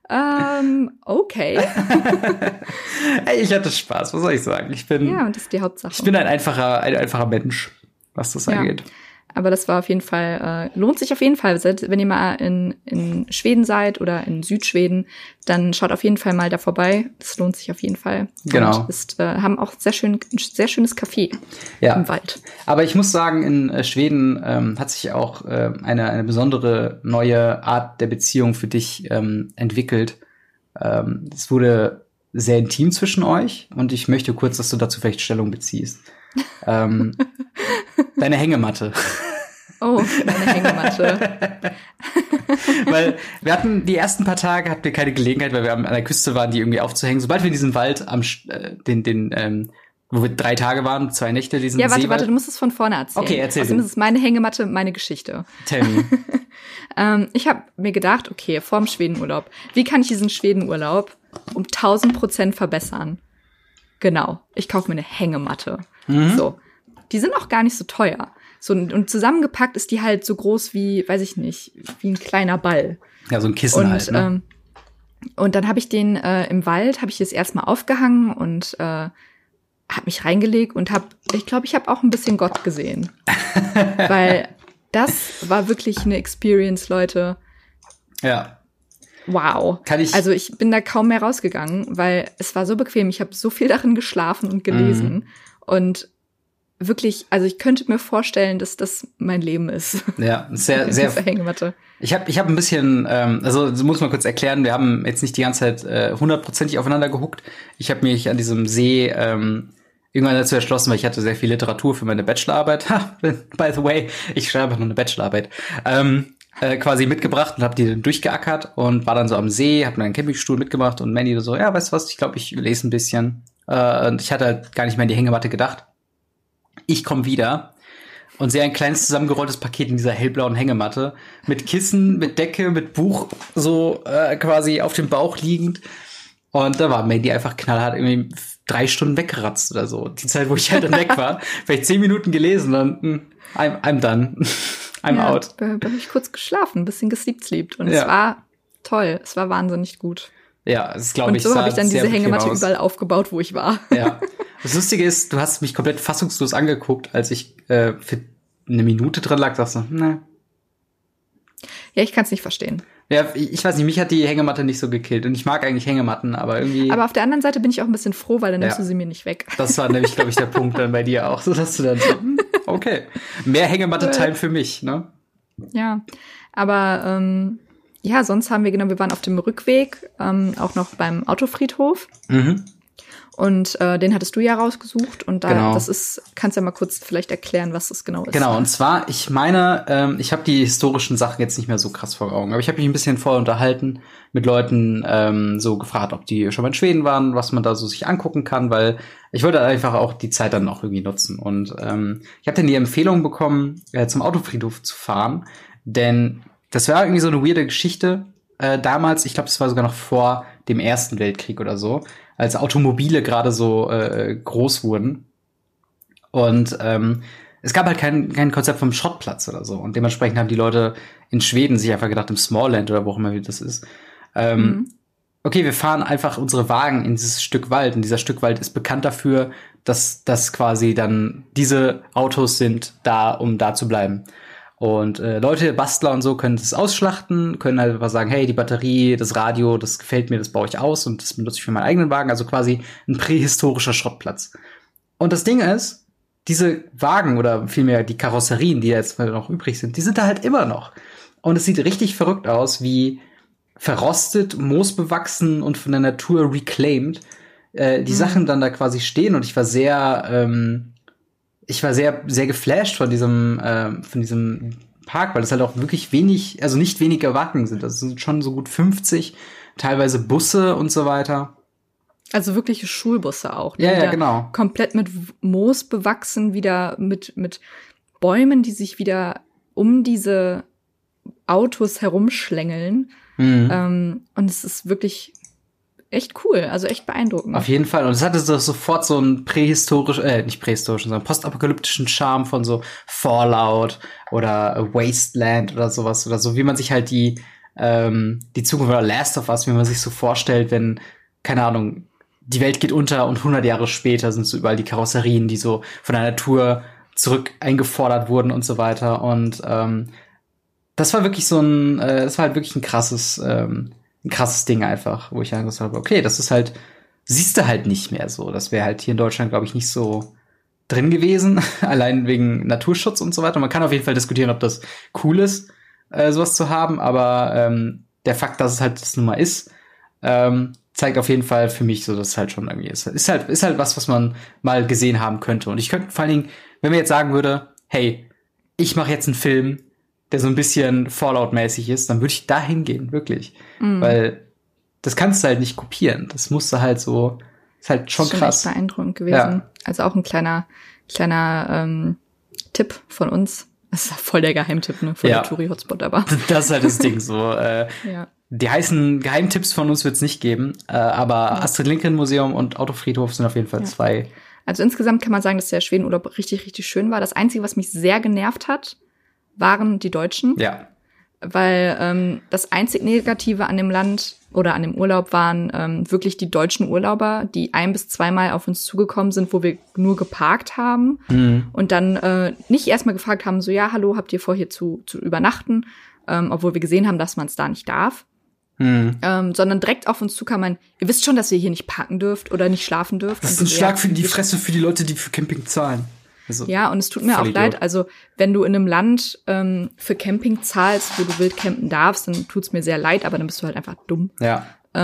okay. Ey, ich hatte Spaß, was soll ich sagen? Ja, und das ist die Hauptsache. Ich bin ein einfacher Mensch, was das angeht. Aber das war auf jeden Fall, lohnt sich auf jeden Fall. Wenn ihr mal in Schweden seid oder in Südschweden, dann schaut auf jeden Fall mal da vorbei. Das lohnt sich auf jeden Fall. Genau. Und haben auch ein sehr schönes Café im Wald. Aber ich muss sagen, in Schweden hat sich auch eine besondere neue Art der Beziehung für dich entwickelt. Es wurde sehr intim zwischen euch und ich möchte kurz, dass du dazu vielleicht Stellung beziehst. Deine Hängematte. Oh, meine Hängematte. Weil wir hatten die ersten paar Tage hatten wir keine Gelegenheit, weil wir an der Küste waren, die irgendwie aufzuhängen. Sobald wir in diesem Wald wo wir 3 Tage waren, 2 Nächte, diesen Ja, Seewald. warte, du musst es von vorne erzählen. Okay, erzähl. Außerdem ist es meine Hängematte, meine Geschichte. Tell me. Ich habe mir gedacht, okay, vorm Schwedenurlaub, wie kann ich diesen Schwedenurlaub um 1000% verbessern? Genau, ich kaufe mir eine Hängematte. So, die sind auch gar nicht so teuer. So, und zusammengepackt ist die halt so groß wie, weiß ich nicht, wie ein kleiner Ball. Ja, so ein Kissen Und, halt, ne? Und dann habe ich den im Wald, habe ich das erstmal aufgehangen und habe mich reingelegt und ich glaube, ich habe auch ein bisschen Gott gesehen. Weil das war wirklich eine Experience, Leute. Ja. Wow. Also ich bin da kaum mehr rausgegangen, weil es war so bequem. Ich habe so viel darin geschlafen und gelesen. Und wirklich, also ich könnte mir vorstellen, dass das mein Leben ist. Ja, sehr, sehr. Hängematte. Ich hab ein bisschen, also das muss man kurz erklären, wir haben jetzt nicht die ganze Zeit 100%ig aufeinander gehuckt. Ich habe mich an diesem See irgendwann dazu entschlossen, weil ich hatte sehr viel Literatur für meine Bachelorarbeit. By the way, ich schreibe noch eine Bachelorarbeit. Quasi mitgebracht und habe die dann durchgeackert und war dann so am See, habe mir einen Campingstuhl mitgebracht und Mandy so, ja, weißt du was, ich glaube, ich lese ein bisschen. Und ich hatte halt gar nicht mehr an die Hängematte gedacht. Ich komme wieder und sehe ein kleines zusammengerolltes Paket in dieser hellblauen Hängematte mit Kissen, mit Decke, mit Buch so quasi auf dem Bauch liegend. Und da war Mandy einfach knallhart irgendwie 3 Stunden weggeratzt oder so. Die Zeit, wo ich halt dann weg war. Vielleicht 10 Minuten gelesen, dann I'm done. I'm out. Da habe ich kurz geschlafen, ein bisschen gesleept. Und es war toll. Es war wahnsinnig gut. Ja, das glaube ich. Und so habe ich dann diese Hängematte überall aufgebaut, wo ich war. Ja. Das Lustige ist, du hast mich komplett fassungslos angeguckt, als ich für eine Minute dran lag, sagst du, ne. Ja, ich kann es nicht verstehen. Ja, ich weiß nicht, mich hat die Hängematte nicht so gekillt. Und ich mag eigentlich Hängematten, aber irgendwie. Aber auf der anderen Seite bin ich auch ein bisschen froh, weil dann nimmst du sie mir nicht weg. Das war nämlich, glaube ich, der Punkt dann bei dir auch, so dass du dann so, okay, mehr Hängematte-Time für mich, ne? Ja, aber sonst haben wir, wir waren auf dem Rückweg, auch noch beim Autofriedhof. Und den hattest du ja rausgesucht. Und da, Genau. kannst du ja mal kurz vielleicht erklären, was das genau ist. Genau, und zwar, ich meine, ich habe die historischen Sachen jetzt nicht mehr so krass vor Augen, aber ich habe mich ein bisschen vorher unterhalten mit Leuten, so gefragt, ob die schon mal in Schweden waren, was man da so sich angucken kann, weil ich wollte einfach auch die Zeit dann auch irgendwie nutzen. Und ich habe dann die Empfehlung bekommen, zum Autofriedhof zu fahren, denn das war irgendwie so eine weirde Geschichte damals. Ich glaube, das war sogar noch vor dem Ersten Weltkrieg oder so, als Automobile gerade so groß wurden. Und es gab halt kein Konzept vom Schrottplatz oder so. Und dementsprechend haben die Leute in Schweden sich einfach gedacht, im Smallland oder wo auch immer das ist, okay, wir fahren einfach unsere Wagen in dieses Stück Wald. Und dieser Stück Wald ist bekannt dafür, dass das quasi dann diese Autos sind, da, um da zu bleiben. Und Leute, Bastler und so können das ausschlachten, können halt einfach sagen, hey, die Batterie, das Radio, das gefällt mir, das baue ich aus und das benutze ich für meinen eigenen Wagen. Also quasi ein prähistorischer Schrottplatz. Und das Ding ist, diese Wagen oder vielmehr die Karosserien, die jetzt noch übrig sind, die sind da halt immer noch. Und es sieht richtig verrückt aus, wie verrostet, moosbewachsen und von der Natur reclaimed die Sachen dann da quasi stehen. Und ich war sehr sehr geflasht von diesem Park, weil es halt auch wirklich wenig, also nicht wenige Wagen sind. Das sind schon so gut 50, teilweise Busse und so weiter. Also wirkliche Schulbusse auch. Ja, ja, genau. Komplett mit Moos bewachsen, wieder mit Bäumen, die sich wieder um diese Autos herumschlängeln. Und es ist wirklich echt cool, also echt beeindruckend. Auf jeden Fall. Und es hatte so sofort so einen nicht prähistorischen, sondern postapokalyptischen Charme von so Fallout oder Wasteland oder sowas. Oder so, wie man sich halt die Zukunft oder Last of Us, wie man sich so vorstellt, wenn, keine Ahnung, die Welt geht unter und 100 Jahre später sind so überall die Karosserien, die so von der Natur zurück eingefordert wurden und so weiter. Und das war wirklich das war halt wirklich ein krasses Ding einfach, wo ich dann gesagt habe, okay, das ist halt, siehst du halt nicht mehr so. Das wäre halt hier in Deutschland, glaube ich, nicht so drin gewesen, allein wegen Naturschutz und so weiter. Man kann auf jeden Fall diskutieren, ob das cool ist, sowas zu haben, aber der Fakt, dass es halt das nun mal ist, zeigt auf jeden Fall für mich so, dass es halt schon irgendwie ist. Ist halt was man mal gesehen haben könnte. Und ich könnte vor allen Dingen, wenn man jetzt sagen würde, hey, ich mache jetzt einen Film, der so ein bisschen Fallout-mäßig ist, dann würde ich da hingehen, wirklich. Weil das kannst du halt nicht kopieren. Das musst du halt so, ist halt schon krass. Das ist echt beeindruckend gewesen. Ja. Also auch ein kleiner Tipp von uns. Das ist voll der Geheimtipp, ne, von der Touri-Hotspot, aber. Das ist halt das Ding so. Die heißen Geheimtipps von uns wird's nicht geben, aber Astrid-Lindgren-Museum und Autofriedhof sind auf jeden Fall zwei. Also insgesamt kann man sagen, dass der Schwedenurlaub richtig, richtig schön war. Das Einzige, was mich sehr genervt hat, waren die Deutschen. Ja. Weil das einzig Negative an dem Land oder an dem Urlaub waren wirklich die deutschen Urlauber, die 1- bis 2-mal auf uns zugekommen sind, wo wir nur geparkt haben und dann nicht erstmal gefragt haben, so, ja, hallo, habt ihr vor, hier zu übernachten? Obwohl wir gesehen haben, dass man es da nicht darf. Sondern direkt auf uns zukamen, ihr wisst schon, dass ihr hier nicht parken dürft oder nicht schlafen dürft. Das ist ein Schlag für die Fresse für die Leute, die für Camping zahlen. Also, ja, und es tut mir auch leid, also wenn du in einem Land für Camping zahlst, wo du wild campen darfst, dann tut's mir sehr leid, aber dann bist du halt einfach dumm. Ja.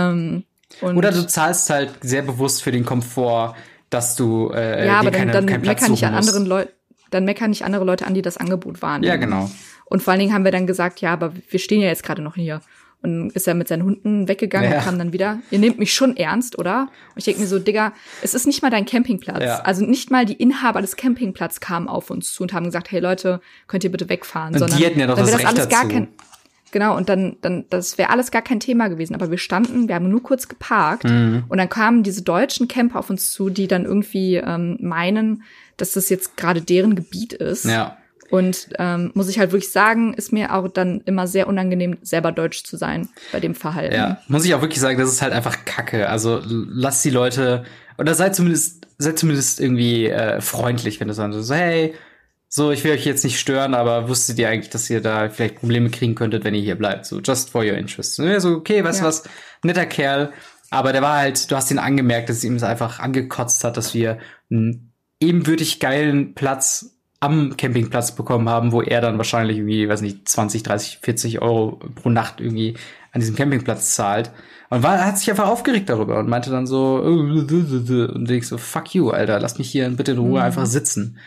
Oder du zahlst halt sehr bewusst für den Komfort, dass du aber dir dann keinen Platz meckern nicht suchen musst. Dann meckern nicht andere Leute an, die das Angebot wahrnehmen. Ja, genau. Und vor allen Dingen haben wir dann gesagt, ja, aber wir stehen ja jetzt gerade noch hier. Und ist er mit seinen Hunden weggegangen und kam dann wieder. Ihr nehmt mich schon ernst, oder? Und ich denke mir so, Digga, es ist nicht mal dein Campingplatz. Ja. Also nicht mal die Inhaber des Campingplatzes kamen auf uns zu und haben gesagt, hey Leute, könnt ihr bitte wegfahren? Und sondern die hätten ja doch das Recht dazu. Genau, und dann das wäre alles gar kein Thema gewesen. Aber wir haben nur kurz geparkt und dann kamen diese deutschen Camper auf uns zu, die dann irgendwie meinen, dass das jetzt gerade deren Gebiet ist. Ja. Und muss ich halt wirklich sagen, ist mir auch dann immer sehr unangenehm, selber deutsch zu sein bei dem Verhalten. Ja, muss ich auch wirklich sagen, das ist halt einfach Kacke. Also lasst die Leute, oder seid zumindest irgendwie freundlich, wenn du sagst, so, hey, so, ich will euch jetzt nicht stören, aber wusstet ihr eigentlich, dass ihr da vielleicht Probleme kriegen könntet, wenn ihr hier bleibt? So, just for your interest. Und so, okay, weißt du was, netter Kerl. Aber der war halt, du hast ihn angemerkt, dass es ihm einfach angekotzt hat, dass wir einen ebenbürtig geilen Platz am Campingplatz bekommen haben, wo er dann wahrscheinlich irgendwie, weiß nicht, 20, 30, 40 Euro pro Nacht irgendwie an diesem Campingplatz zahlt. Und hat sich einfach aufgeregt darüber und meinte dann so, und ich so, fuck you, Alter, lass mich hier bitte in Ruhe einfach sitzen.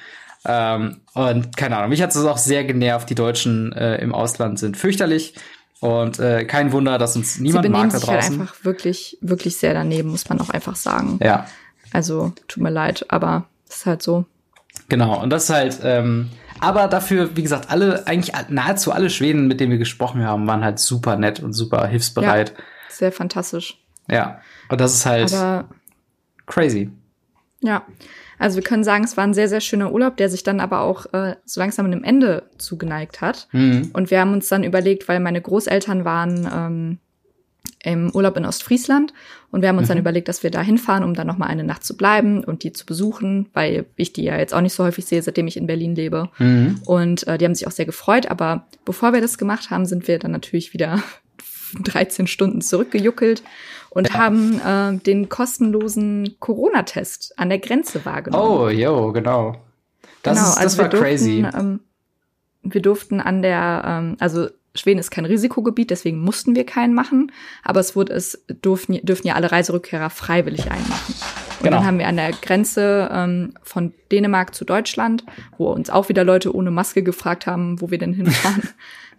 Und keine Ahnung, mich hat es auch sehr genervt, die Deutschen im Ausland sind fürchterlich. Und kein Wunder, dass uns niemand mag da draußen. Sie benehmen sich halt einfach wirklich, wirklich sehr daneben, muss man auch einfach sagen. Ja. Also, tut mir leid, aber es ist halt so. Genau, und das ist halt, aber dafür, wie gesagt, eigentlich nahezu alle Schweden, mit denen wir gesprochen haben, waren halt super nett und super hilfsbereit. Ja, sehr fantastisch. Ja, und das ist halt crazy. Ja, also wir können sagen, es war ein sehr, sehr schöner Urlaub, der sich dann aber auch so langsam einem Ende zugeneigt hat. Mhm. Und wir haben uns dann überlegt, weil meine Großeltern waren im Urlaub in Ostfriesland und wir haben uns dann überlegt, dass wir da hinfahren, um dann noch mal eine Nacht zu bleiben und die zu besuchen, weil ich die ja jetzt auch nicht so häufig sehe, seitdem ich in Berlin lebe. Mhm. Und die haben sich auch sehr gefreut, aber bevor wir das gemacht haben, sind wir dann natürlich wieder 13 Stunden zurückgejuckelt und haben den kostenlosen Corona-Test an der Grenze wahrgenommen. Oh, jo, genau. Das war crazy. Wir durften an der, also Schweden ist kein Risikogebiet, deswegen mussten wir keinen machen, aber dürfen ja alle Reiserückkehrer freiwillig einmachen. Und dann haben wir an der Grenze von Dänemark zu Deutschland, wo uns auch wieder Leute ohne Maske gefragt haben, wo wir denn hinfahren,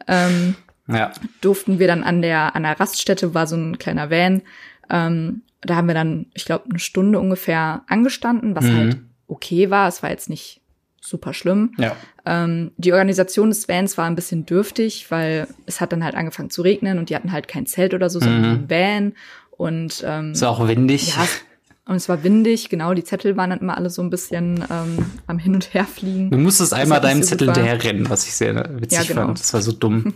durften wir dann an der Raststätte, war so ein kleiner Van, da haben wir dann, ich glaube, eine Stunde ungefähr angestanden, was halt okay war, es war jetzt nicht super schlimm. Ja. Die Organisation des Vans war ein bisschen dürftig, weil es hat dann halt angefangen zu regnen und die hatten halt kein Zelt oder so, sondern ein Van. Und ist auch windig. Ja, und es war windig, genau. Die Zettel waren dann immer alle so ein bisschen am Hin- und Herfliegen. Du musstest einmal deinem Zettel hinterher rennen, was ich sehr witzig fand. Das war so dumm.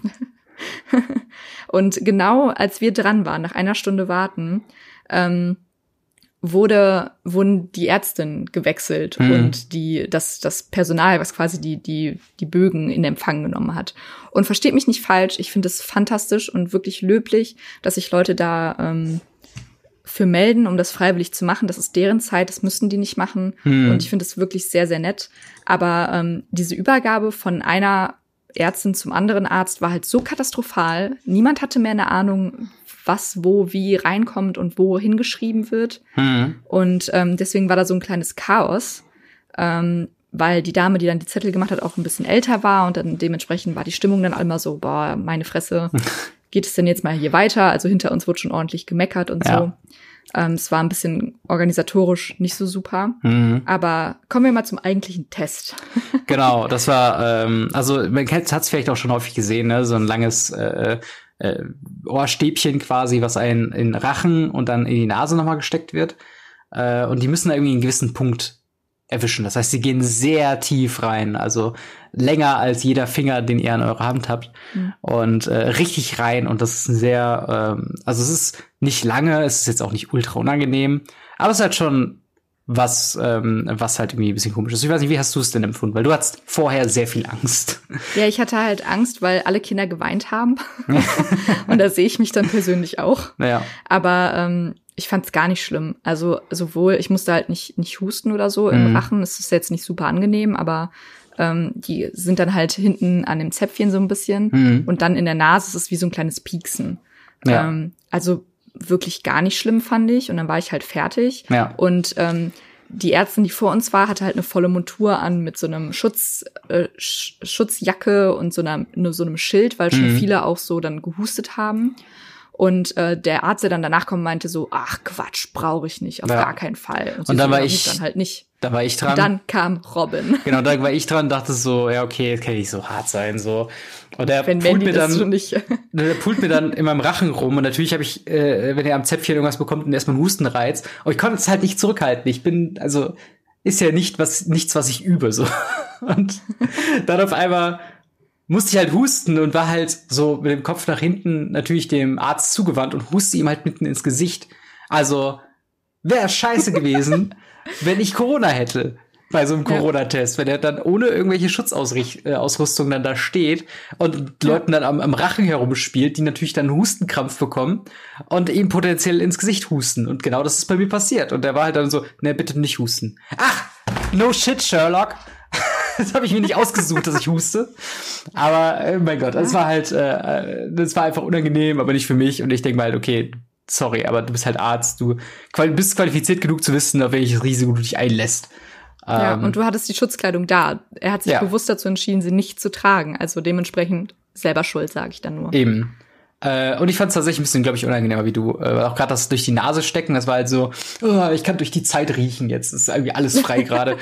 Und genau als wir dran waren, nach einer Stunde warten, wurden die Ärztinnen gewechselt und das Personal, was quasi die Bögen in Empfang genommen hat. Und versteht mich nicht falsch, ich finde es fantastisch und wirklich löblich, dass sich Leute da für melden, um das freiwillig zu machen. Das ist deren Zeit, das müssen die nicht machen. Und ich finde es wirklich sehr, sehr nett. Aber diese Übergabe von einer Ärztin zum anderen Arzt war halt so katastrophal. Niemand hatte mehr eine Ahnung, was, wo, wie reinkommt und wo hingeschrieben wird. Und deswegen war da so ein kleines Chaos, weil die Dame, die dann die Zettel gemacht hat, auch ein bisschen älter war und dann dementsprechend war die Stimmung dann immer so, boah, meine Fresse, geht es denn jetzt mal hier weiter? Also hinter uns wurde schon ordentlich gemeckert und so. Es war ein bisschen organisatorisch nicht so super. Aber kommen wir mal zum eigentlichen Test. Genau, das war, also man hat es vielleicht auch schon häufig gesehen, ne? So ein langes Ohrstäbchen quasi, was einen in den Rachen und dann in die Nase nochmal gesteckt wird. Und die müssen da irgendwie einen gewissen Punkt erwischen. Das heißt, sie gehen sehr tief rein, also länger als jeder Finger, den ihr an eurer Hand habt. Und richtig rein. Und das ist ein sehr, also es ist nicht lange, es ist jetzt auch nicht ultra unangenehm, aber es ist halt schon was halt irgendwie ein bisschen komisch ist. Ich weiß nicht, wie hast du es denn empfunden? Weil du hattest vorher sehr viel Angst. Ja, ich hatte halt Angst, weil alle Kinder geweint haben. Und da sehe ich mich dann persönlich auch. Ja. Aber ich fand es gar nicht schlimm. Also sowohl, ich musste halt nicht husten oder so im Rachen. Es ist jetzt nicht super angenehm, aber die sind dann halt hinten an dem Zäpfchen so ein bisschen. Und dann in der Nase ist es wie so ein kleines Pieksen. Ja. Also wirklich gar nicht schlimm, fand ich. Und dann war ich halt fertig. Ja. Und die Ärztin, die vor uns war, hatte halt eine volle Montur an mit so einem Schutzjacke und so einem Schild, weil schon viele auch so dann gehustet haben. Und der Arzt, der dann danach kommt, meinte so, ach Quatsch, brauche ich nicht, auf gar keinen Fall. Und dann war ich dann halt nicht. Da war ich dran. Und dann kam Robin. Genau, da war ich dran, dachte so, ja okay, jetzt kann ich nicht so hart sein, so. Und der pult mir dann in meinem Rachen rum und natürlich habe ich, wenn er am Zäpfchen irgendwas bekommt, erstmal einen Hustenreiz. Aber ich konnte es halt nicht zurückhalten. Ist ja nichts, was ich übe, so. Und dann auf einmal musste ich halt husten und war halt so mit dem Kopf nach hinten natürlich dem Arzt zugewandt und huste ihm halt mitten ins Gesicht. Also wäre scheiße gewesen, wenn ich Corona hätte bei so einem Corona-Test, wenn er dann ohne irgendwelche Schutzausrüstung dann da steht und Leuten dann am Rachen herumspielt, die natürlich dann einen Hustenkrampf bekommen und ihm potenziell ins Gesicht husten. Und genau das ist bei mir passiert. Und der war halt dann so, ne, bitte nicht husten. Ach, no shit, Sherlock. Das habe ich mir nicht ausgesucht, dass ich huste. Aber mein Gott, das war halt, das war einfach unangenehm, aber nicht für mich. Und ich denke mal, okay, sorry, aber du bist halt Arzt, du bist qualifiziert genug zu wissen, auf welches Risiko du dich einlässt. Ja, und du hattest die Schutzkleidung da. Er hat sich bewusst dazu entschieden, sie nicht zu tragen. Also dementsprechend selber schuld, sage ich dann nur. Eben. Und ich fand es tatsächlich ein bisschen, glaube ich, unangenehmer wie du. Auch gerade das durch die Nase stecken, das war halt so, ich kann durch die Zeit riechen jetzt. Das ist irgendwie alles frei gerade.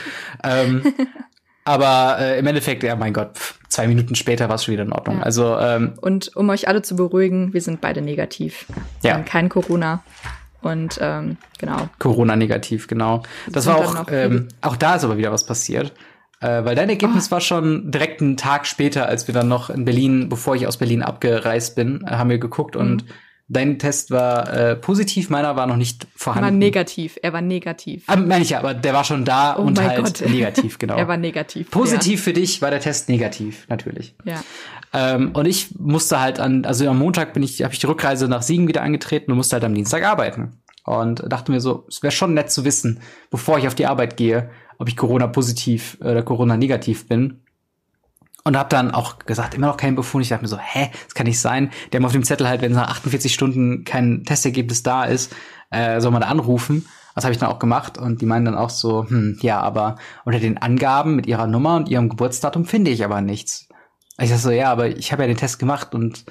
Aber im Endeffekt, ja, mein Gott, 2 Minuten später war es schon wieder in Ordnung. Ja. Also und um euch alle zu beruhigen, wir sind beide negativ. Wir haben kein Corona. Und genau. Corona-negativ, genau. Das war auch da ist aber wieder was passiert. Weil dein Ergebnis war schon direkt einen Tag später, als wir dann noch in Berlin, bevor ich aus Berlin abgereist bin, haben wir geguckt und dein Test war positiv, meiner war noch nicht vorhanden. Er war negativ. Meine ich ja, aber der war schon da und halt Gott. Negativ, genau. Er war negativ. Positiv für dich war der Test negativ, natürlich. Ja. Und ich musste halt also am Montag habe ich die Rückreise nach Siegen wieder angetreten und musste halt am Dienstag arbeiten. Und dachte mir so, es wäre schon nett zu wissen, bevor ich auf die Arbeit gehe, ob ich Corona-positiv oder Corona-negativ bin. Und habe dann auch gesagt, immer noch keinen Befund. Ich dachte mir so, das kann nicht sein. Die haben auf dem Zettel halt, wenn nach 48 Stunden kein Testergebnis da ist, soll man da anrufen. Das habe ich dann auch gemacht. Und die meinen dann auch so, ja, aber unter den Angaben mit ihrer Nummer und ihrem Geburtsdatum finde ich aber nichts. Ich sag so, ja, aber ich habe ja den Test gemacht und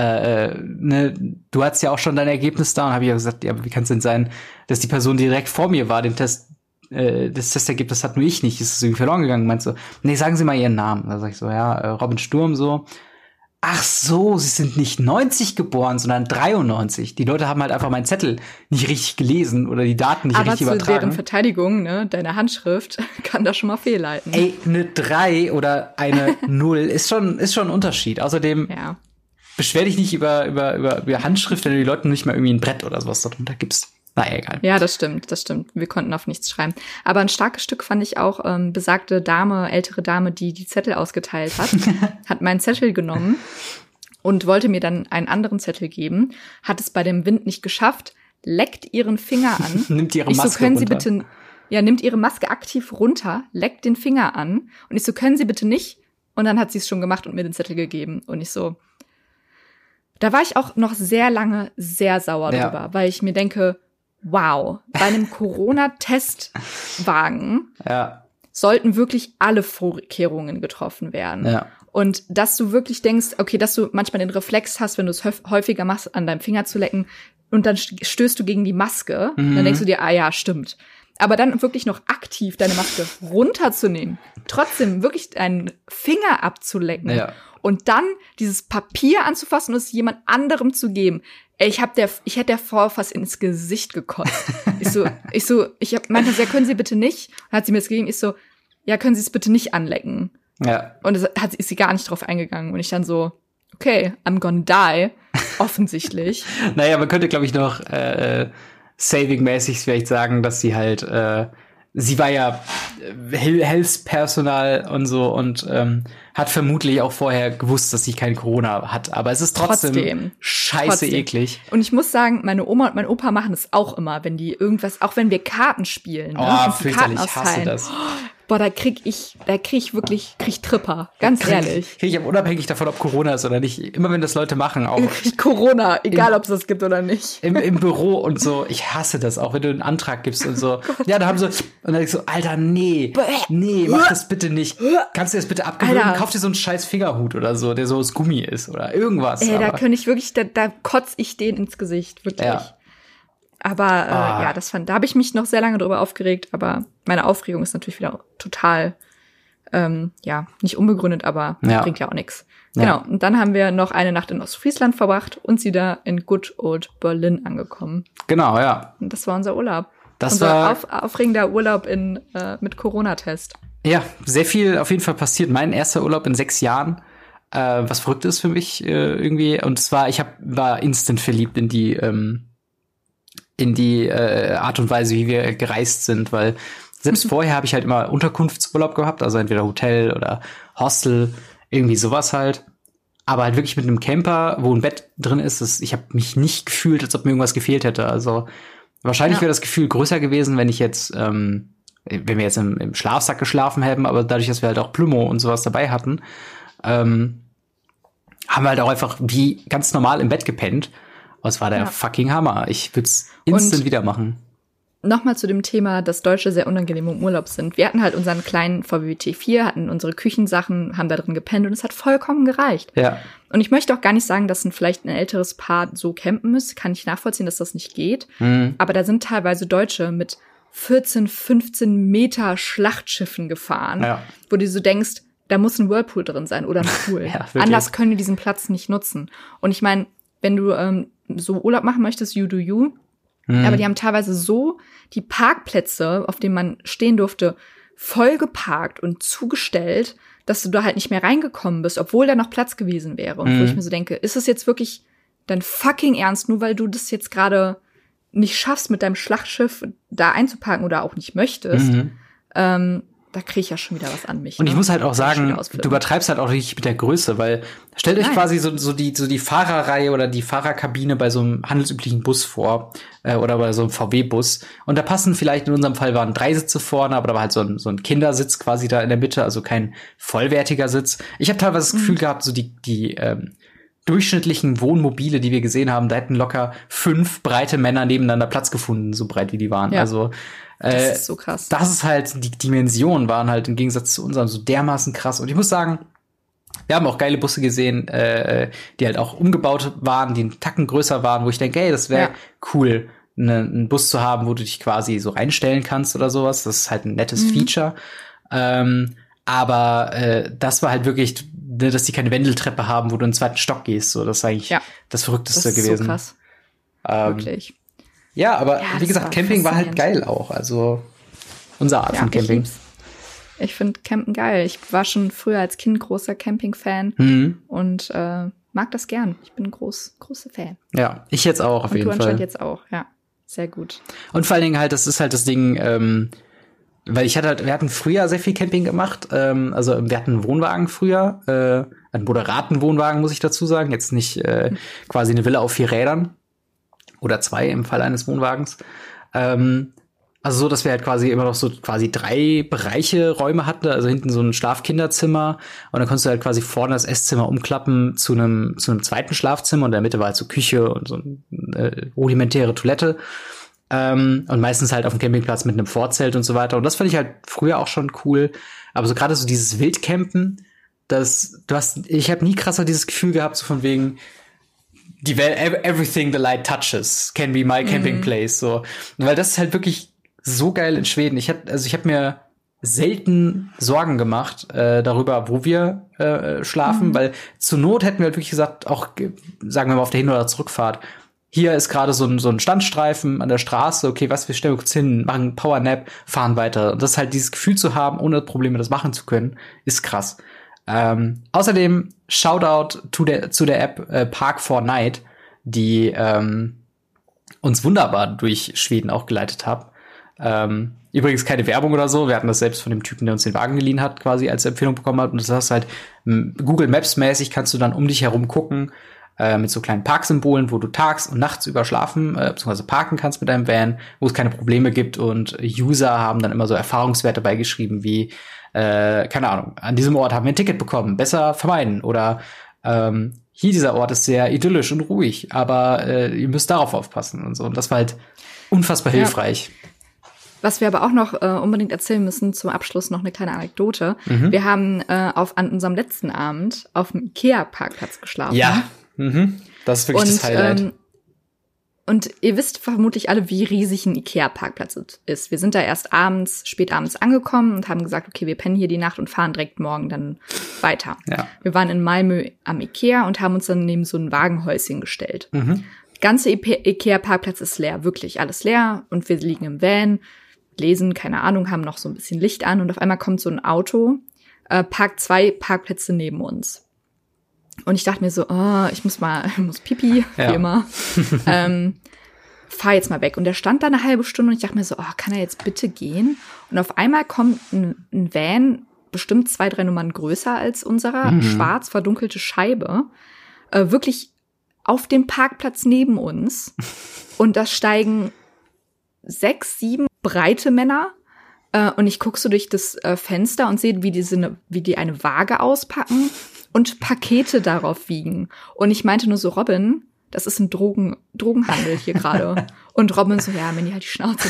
du hattest ja auch schon dein Ergebnis da. Und habe ich ja gesagt, ja, aber wie kann es denn sein, dass die Person, die direkt vor mir war, das Testergebnis hat nur ich nicht, ist es irgendwie verloren gegangen. Meinst du, nee, sagen Sie mal Ihren Namen. Da sag ich so, Robin Sturm so. Ach so, Sie sind nicht 90 geboren, sondern 93. Die Leute haben halt einfach meinen Zettel nicht richtig gelesen oder die Daten nicht richtig übertragen. Aber zu deren Verteidigung, ne, deine Handschrift kann da schon mal fehlleiten. Ey, eine 3 oder eine 0 ist schon ein Unterschied. Außerdem beschwer dich nicht über Handschrift, wenn du die Leuten nicht mal irgendwie ein Brett oder sowas darunter gibst. Na, egal. Ja, das stimmt. Wir konnten auf nichts schreiben. Aber ein starkes Stück fand ich auch, besagte ältere Dame, die Zettel ausgeteilt hat, hat meinen Zettel genommen und wollte mir dann einen anderen Zettel geben, hat es bei dem Wind nicht geschafft, leckt ihren Finger an. Nimmt ihre Maske runter. Nimmt ihre Maske aktiv runter, leckt den Finger an und ich so, können Sie bitte nicht? Und dann hat sie es schon gemacht und mir den Zettel gegeben und ich so, da war ich auch noch sehr lange sehr sauer drüber, weil ich mir denke, wow, bei einem Corona-Testwagen sollten wirklich alle Vorkehrungen getroffen werden. Ja. Und dass du wirklich denkst, okay, dass du manchmal den Reflex hast, wenn du es häufiger machst, an deinem Finger zu lecken und dann stößt du gegen die Maske, dann denkst du dir, ja, stimmt. Aber dann wirklich noch aktiv deine Maske runterzunehmen, trotzdem wirklich deinen Finger abzulecken und dann dieses Papier anzufassen und es jemand anderem zu geben. Ey, ich hätte davor fast ins Gesicht gekotzt. Ich meinte, ja, können Sie bitte nicht? Und hat sie mir das gegeben. Ich so, ja, können Sie es bitte nicht anlecken? Ja. Und ist sie gar nicht drauf eingegangen. Und ich dann so, okay, I'm gonna die. Offensichtlich. Naja, man könnte, glaube ich, noch saving-mäßig vielleicht sagen, dass sie halt, sie war ja Health-Personal und so und hat vermutlich auch vorher gewusst, dass sie kein Corona hat. Aber es ist trotzdem scheiße eklig. Und ich muss sagen, meine Oma und mein Opa machen das auch immer, wenn die irgendwas, auch wenn wir Karten spielen. Fürchterlich, ich hasse das. Boah, da krieg ich Tripper, ganz ehrlich. Krieg ich aber unabhängig davon, ob Corona ist oder nicht. Immer wenn das Leute machen, auch. Corona, egal ob es das gibt oder nicht. Im Büro und so, ich hasse das, auch wenn du einen Antrag gibst und so. Ja, da haben sie, und dann denkst du, Alter, nee, mach das bitte nicht. Kannst du das bitte abgewöhnen? Kauf dir so einen scheiß Fingerhut oder so, der so aus Gummi ist oder irgendwas. Ey, da könnte ich wirklich, da kotz ich den ins Gesicht, wirklich. Ja. Aber da habe ich mich noch sehr lange drüber aufgeregt, aber meine Aufregung ist natürlich wieder total, nicht unbegründet, aber bringt ja auch nichts. Ja. Genau, und dann haben wir noch eine Nacht in Ostfriesland verbracht und sie da in Good Old Berlin angekommen. Genau, ja. Und das war unser Urlaub. Unser aufregender Urlaub mit Corona-Test. Ja, sehr viel auf jeden Fall passiert. Mein erster Urlaub in 6 Jahren. Was verrückt ist für mich irgendwie. Und zwar, war instant verliebt in die Art und Weise, wie wir gereist sind, weil selbst vorher habe ich halt immer Unterkunftsurlaub gehabt, also entweder Hotel oder Hostel, irgendwie sowas halt. Aber halt wirklich mit einem Camper, wo ein Bett drin ist, ich habe mich nicht gefühlt, als ob mir irgendwas gefehlt hätte. Also wahrscheinlich wäre das Gefühl größer gewesen, wenn ich jetzt wenn wir jetzt im Schlafsack geschlafen hätten, aber dadurch, dass wir halt auch Plümo und sowas dabei hatten, haben wir halt auch einfach wie ganz normal im Bett gepennt. Und es war der fucking Hammer. Ich würde es instant wieder machen. Nochmal zu dem Thema, dass Deutsche sehr unangenehm im Urlaub sind. Wir hatten halt unseren kleinen VW T4, hatten unsere Küchensachen, haben da drin gepennt und es hat vollkommen gereicht. Ja. Und ich möchte auch gar nicht sagen, dass vielleicht ein älteres Paar so campen müsste. Kann ich nachvollziehen, dass das nicht geht. Aber da sind teilweise Deutsche mit 14, 15 Meter Schlachtschiffen gefahren, wo du so denkst, da muss ein Whirlpool drin sein oder ein Pool. Anders können die diesen Platz nicht nutzen. Und ich meine, wenn du so Urlaub machen möchtest, you do you. Aber die haben teilweise so die Parkplätze, auf denen man stehen durfte, voll geparkt und zugestellt, dass du da halt nicht mehr reingekommen bist, obwohl da noch Platz gewesen wäre. Und wo ich mir so denke, ist es jetzt wirklich dein fucking Ernst, nur weil du das jetzt gerade nicht schaffst, mit deinem Schlachtschiff da einzuparken oder auch nicht möchtest, da kriege ich ja schon wieder was an mich. Und ich muss halt auch sagen, du übertreibst halt auch nicht mit der Größe, weil stellt euch quasi so die Fahrerreihe oder die Fahrerkabine bei so einem handelsüblichen Bus vor oder bei so einem VW-Bus. Und da passen vielleicht, in unserem Fall waren 3 Sitze vorne, aber da war halt so ein Kindersitz quasi da in der Mitte, also kein vollwertiger Sitz. Ich habe teilweise das Gefühl gehabt, so die durchschnittlichen Wohnmobile, die wir gesehen haben, da hätten locker 5 breite Männer nebeneinander Platz gefunden, so breit wie die waren. Ja. Also das ist so krass. Das ist halt, die Dimensionen waren halt im Gegensatz zu unserem so dermaßen krass. Und ich muss sagen, wir haben auch geile Busse gesehen, die halt auch umgebaut waren, die einen Tacken größer waren, wo ich denke, ey, das wäre cool, einen Bus zu haben, wo du dich quasi so reinstellen kannst oder sowas. Das ist halt ein nettes Feature. Aber das war halt wirklich, dass die keine Wendeltreppe haben, wo du in den 2. Stock gehst. So, das ist eigentlich das Verrückteste gewesen. Das ist so krass. Wirklich. Ja, aber wie gesagt, Camping war halt geil auch. Also unsere Art von Camping. Ich finde Campen geil. Ich war schon früher als Kind großer Camping-Fan und mag das gern. Ich bin großer Fan. Ja, ich jetzt auch auf jeden Fall. Und du anscheinend jetzt auch, ja. Sehr gut. Und vor allen Dingen halt, das ist halt das Ding, weil wir hatten früher sehr viel Camping gemacht. Also wir hatten einen Wohnwagen früher, einen moderaten Wohnwagen, muss ich dazu sagen. Jetzt nicht quasi eine Villa auf 4 Rädern. Oder 2 im Fall eines Wohnwagens. Also so, dass wir halt quasi immer noch so quasi 3 Bereiche, Räume hatten. Also hinten so ein Schlaf-Kinderzimmer. Und dann konntest du halt quasi vorne das Esszimmer umklappen zu einem zweiten Schlafzimmer. Und in der Mitte war halt so Küche und so eine rudimentäre Toilette. Und meistens halt auf dem Campingplatz mit einem Vorzelt und so weiter. Und das fand ich halt früher auch schon cool. Aber so gerade so dieses Wildcampen, ich habe nie krasser dieses Gefühl gehabt, so von wegen, die Welt, everything the light touches can be my camping place, so. Weil das ist halt wirklich so geil in Schweden. Ich hab mir selten Sorgen gemacht darüber, wo wir schlafen, weil zur Not hätten wir halt wirklich gesagt, auch, sagen wir mal, auf der Hin- oder Zurückfahrt, hier ist gerade so ein Standstreifen an der Straße, okay, wir stellen uns hin, machen einen Powernap, fahren weiter. Und das ist halt dieses Gefühl zu haben, ohne Probleme das machen zu können, ist krass. Außerdem Shoutout zu der App Park4Night, die uns wunderbar durch Schweden auch geleitet hat. Übrigens keine Werbung oder so. Wir hatten das selbst von dem Typen, der uns den Wagen geliehen hat, quasi als Empfehlung bekommen hat. Und das heißt halt, Google Maps mäßig kannst du dann um dich herum gucken, mit so kleinen Parksymbolen, wo du tags und nachts über schlafen, bzw. parken kannst mit deinem Van, wo es keine Probleme gibt. Und User haben dann immer so Erfahrungswerte beigeschrieben, wie keine Ahnung, an diesem Ort haben wir ein Ticket bekommen, besser vermeiden. Oder hier dieser Ort ist sehr idyllisch und ruhig, aber ihr müsst darauf aufpassen und so. Und das war halt unfassbar hilfreich. Was wir aber auch noch unbedingt erzählen müssen, zum Abschluss noch eine kleine Anekdote. Wir haben an unserem letzten Abend auf dem Ikea-Parkplatz geschlafen. Ja, das ist wirklich das Highlight. Und ihr wisst vermutlich alle, wie riesig ein Ikea-Parkplatz ist. Wir sind da erst spät abends angekommen und haben gesagt, okay, wir pennen hier die Nacht und fahren direkt morgen dann weiter. Ja. Wir waren in Malmö am Ikea und haben uns dann neben so ein Wagenhäuschen gestellt. Ganze Ikea-Parkplatz ist leer, wirklich alles leer. Und wir liegen im Van, lesen, keine Ahnung, haben noch so ein bisschen Licht an. Und auf einmal kommt so ein Auto, parkt 2 Parkplätze neben uns. Und ich dachte mir so, ich muss Pipi, wie immer. Fahr jetzt mal weg. Und der stand da eine halbe Stunde und ich dachte mir so, kann er jetzt bitte gehen? Und auf einmal kommt ein Van, bestimmt 2, 3 Nummern größer als unserer, schwarz verdunkelte Scheibe, wirklich auf dem Parkplatz neben uns. Und da steigen 6, 7 breite Männer Und ich gucke so durch das Fenster und sehe, wie die eine Waage auspacken und Pakete darauf wiegen. Und ich meinte nur so, Robin, das ist ein Drogenhandel hier gerade. Und Robin so, ja, Mandy, halt die Schnauze.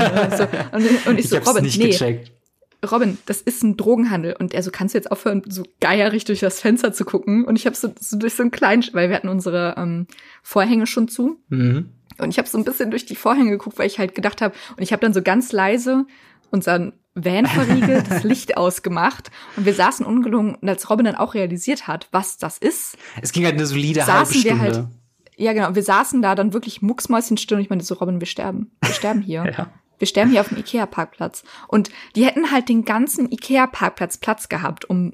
Und ich so, Robin, nee. Gecheckt. Robin, das ist ein Drogenhandel. Und er so, kannst du jetzt aufhören, so geierig durch das Fenster zu gucken? Und ich habe so durch so einen kleinen, weil wir hatten unsere Vorhänge schon zu. Mhm. Und ich habe so ein bisschen durch die Vorhänge geguckt, weil ich halt gedacht habe, und ich habe dann so ganz leise unseren Van verriegelt, das Licht ausgemacht. Und wir saßen ungelungen, und als Robin dann auch realisiert hat, was das ist. Es ging halt eine solide halbe Stunde. Ja, genau. Wir saßen da dann wirklich mucksmäuschenstill und ich meinte so, Robin, wir sterben hier. Ja. Wir sterben hier auf dem Ikea-Parkplatz. Und die hätten halt den ganzen Ikea-Parkplatz Platz gehabt, um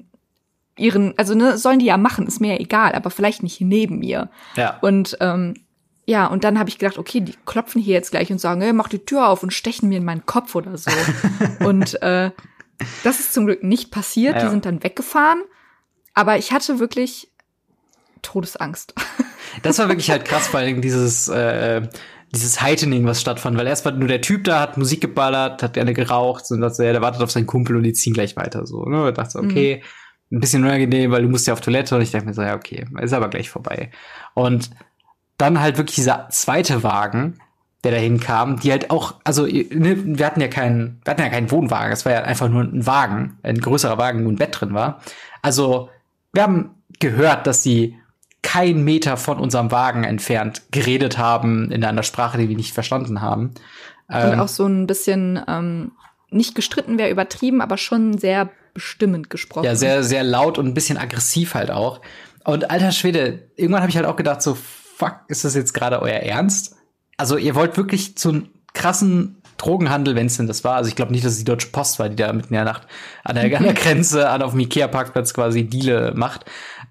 sollen die ja machen, ist mir ja egal, aber vielleicht nicht neben mir. Ja. Und und dann habe ich gedacht, okay, die klopfen hier jetzt gleich und sagen, hey, mach die Tür auf und stechen mir in meinen Kopf oder so. Und das ist zum Glück nicht passiert. Ja. Die sind dann weggefahren. Aber ich hatte wirklich Todesangst. Das war wirklich halt krass, vor allem dieses Heightening, was stattfand. Weil erst war nur der Typ da, hat Musik geballert, hat gerne geraucht und dachte, der wartet auf seinen Kumpel und die ziehen gleich weiter. So, ne? Ich dachte, okay, ein bisschen unangenehm, weil du musst ja auf Toilette. Und ich dachte mir so, ja, okay, ist aber gleich vorbei. Und dann halt wirklich dieser zweite Wagen, der dahin kam, die halt auch, also wir hatten ja keinen Wohnwagen, es war ja einfach nur ein Wagen, ein größerer Wagen, wo ein Bett drin war. Also wir haben gehört, dass sie keinen Meter von unserem Wagen entfernt geredet haben in einer Sprache, die wir nicht verstanden haben. Und auch so ein bisschen nicht gestritten wäre übertrieben, aber schon sehr bestimmend gesprochen. Ja, sehr, sehr laut und ein bisschen aggressiv halt auch. Und alter Schwede, irgendwann habe ich halt auch gedacht so, fuck, ist das jetzt gerade euer Ernst? Also ihr wollt wirklich zu einem krassen Drogenhandel, wenn es denn das war. Also ich glaube nicht, dass es die Deutsche Post war, die da mitten in der Nacht an der Grenze auf dem Ikea-Parkplatz quasi Deale macht.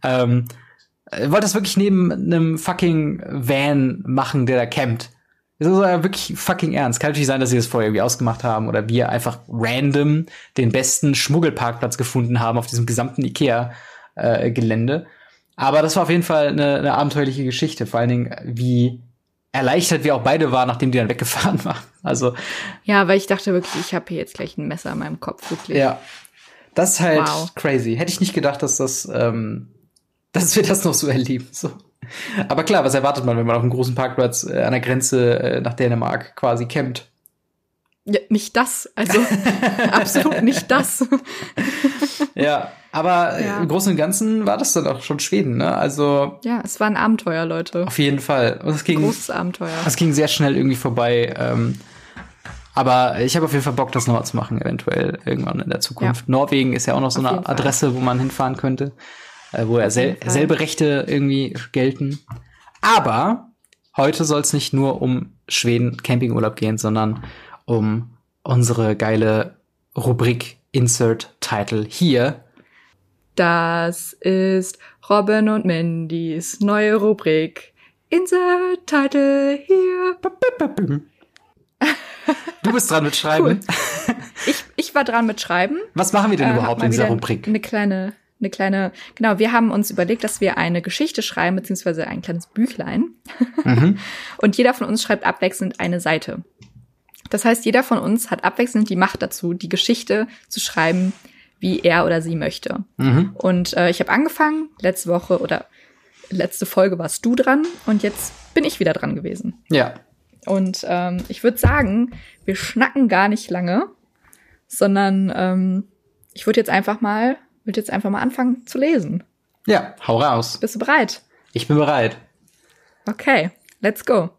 Wollt das wirklich neben einem fucking Van machen, der da campt? Das ist ja wirklich fucking ernst. Kann natürlich sein, dass sie das vorher irgendwie ausgemacht haben oder wir einfach random den besten Schmuggelparkplatz gefunden haben auf diesem gesamten Ikea-Gelände. Aber das war auf jeden Fall eine abenteuerliche Geschichte. Vor allen Dingen, wie erleichtert wir auch beide waren, nachdem die dann weggefahren waren. Also ja, weil ich dachte wirklich, ich habe hier jetzt gleich ein Messer in meinem Kopf. Wirklich. Ja, das ist halt crazy. Hätte ich nicht gedacht, dass wir das noch so erleben. So. Aber klar, was erwartet man, wenn man auf einem großen Parkplatz an der Grenze nach Dänemark quasi campt? Ja, nicht das. Also absolut nicht das. Ja, aber im Großen und Ganzen war das dann auch schon Schweden, ne? Also ja, es war ein Abenteuer, Leute. Auf jeden Fall. Und es ging großes Abenteuer. Es ging sehr schnell irgendwie vorbei. Aber ich habe auf jeden Fall Bock, das nochmal zu machen, eventuell irgendwann in der Zukunft. Ja. Norwegen ist ja auch noch so eine Adresse, wo man hinfahren könnte, wo ja selbe Rechte irgendwie gelten. Aber heute soll es nicht nur um Schweden Campingurlaub gehen, sondern um unsere geile Rubrik Insert Title hier. Das ist Robin und Mandys neue Rubrik. Insert Title hier. Du bist dran mit Schreiben. Cool. Ich war dran mit Schreiben. Was machen wir denn überhaupt in dieser Rubrik? Eine kleine, genau, wir haben uns überlegt, dass wir eine Geschichte schreiben, beziehungsweise ein kleines Büchlein. Mhm. Und jeder von uns schreibt abwechselnd eine Seite. Das heißt, jeder von uns hat abwechselnd die Macht dazu, die Geschichte zu schreiben, wie er oder sie möchte. Mhm. Und ich habe angefangen, letzte Folge warst du dran und jetzt bin ich wieder dran gewesen. Ja. Und ich würde sagen, wir schnacken gar nicht lange, sondern ich würde jetzt einfach mal anfangen zu lesen. Ja, hau raus. Bist du bereit? Ich bin bereit. Okay, let's go.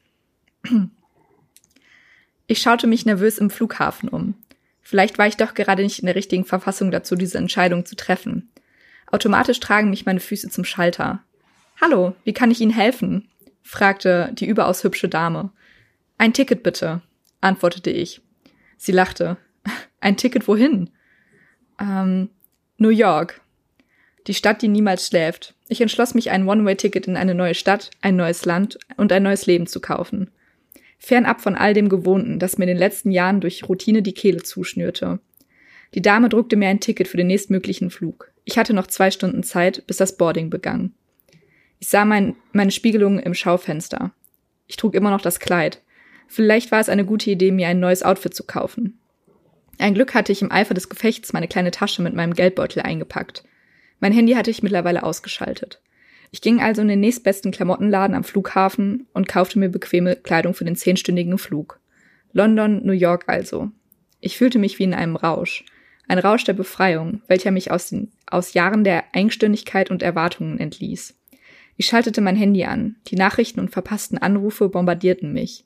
Ich schaute mich nervös im Flughafen um. Vielleicht war ich doch gerade nicht in der richtigen Verfassung dazu, diese Entscheidung zu treffen. Automatisch tragen mich meine Füße zum Schalter. »Hallo, wie kann ich Ihnen helfen?« fragte die überaus hübsche Dame. »Ein Ticket bitte«, antwortete ich. Sie lachte. »Ein Ticket wohin?« New York. Die Stadt, die niemals schläft. Ich entschloss mich, ein One-Way-Ticket in eine neue Stadt, ein neues Land und ein neues Leben zu kaufen. Fernab von all dem Gewohnten, das mir in den letzten Jahren durch Routine die Kehle zuschnürte. Die Dame druckte mir ein Ticket für den nächstmöglichen Flug. Ich hatte noch 2 Stunden Zeit, bis das Boarding begann. Ich sah meine Spiegelung im Schaufenster. Ich trug immer noch das Kleid. Vielleicht war es eine gute Idee, mir ein neues Outfit zu kaufen. Ein Glück hatte ich im Eifer des Gefechts meine kleine Tasche mit meinem Geldbeutel eingepackt. Mein Handy hatte ich mittlerweile ausgeschaltet. Ich ging also in den nächstbesten Klamottenladen am Flughafen und kaufte mir bequeme Kleidung für den 10-stündigen Flug. London, New York also. Ich fühlte mich wie in einem Rausch. Ein Rausch der Befreiung, welcher mich aus Jahren der Engstirnigkeit und Erwartungen entließ. Ich schaltete mein Handy an. Die Nachrichten und verpassten Anrufe bombardierten mich.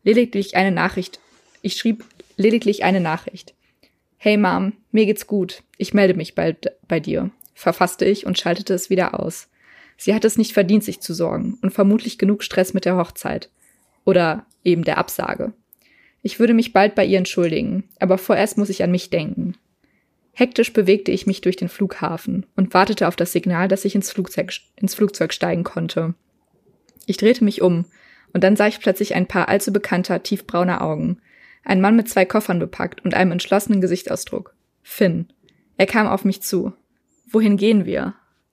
Ich schrieb lediglich eine Nachricht. Hey Mom, mir geht's gut. Ich melde mich bald bei dir, verfasste ich und schaltete es wieder aus. Sie hatte es nicht verdient, sich zu sorgen und vermutlich genug Stress mit der Hochzeit. Oder eben der Absage. Ich würde mich bald bei ihr entschuldigen, aber vorerst muss ich an mich denken. Hektisch bewegte ich mich durch den Flughafen und wartete auf das Signal, dass ich ins Flugzeug steigen konnte. Ich drehte mich um und dann sah ich plötzlich ein Paar allzu bekannter, tiefbrauner Augen. Ein Mann mit 2 Koffern bepackt und einem entschlossenen Gesichtsausdruck. Finn. Er kam auf mich zu. Wohin gehen wir?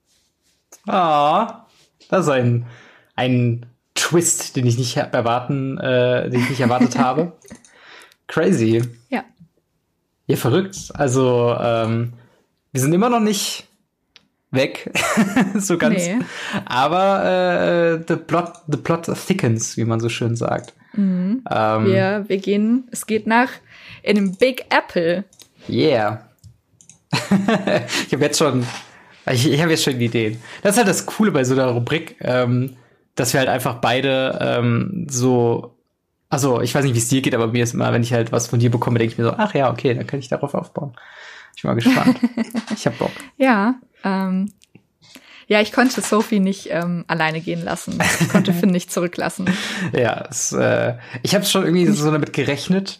Ah, das ist ein Twist, den ich nicht erwartet habe. Crazy. Ja. Ja, verrückt. Also, wir sind immer noch nicht weg, so ganz. Nee. Aber the plot thickens, wie man so schön sagt. Mhm. Es geht in den Big Apple. Yeah. Ich habe jetzt schon Ideen. Das ist halt das Coole bei so einer Rubrik, dass wir halt einfach beide also ich weiß nicht, wie es dir geht, aber mir ist immer, wenn ich halt was von dir bekomme, denke ich mir so, ach ja, okay, dann kann ich darauf aufbauen. Ich bin mal gespannt. Ich hab Bock. Ja, ich konnte Sophie nicht alleine gehen lassen. Ich konnte Finn nicht zurücklassen. Ja, ich habe schon irgendwie so damit gerechnet.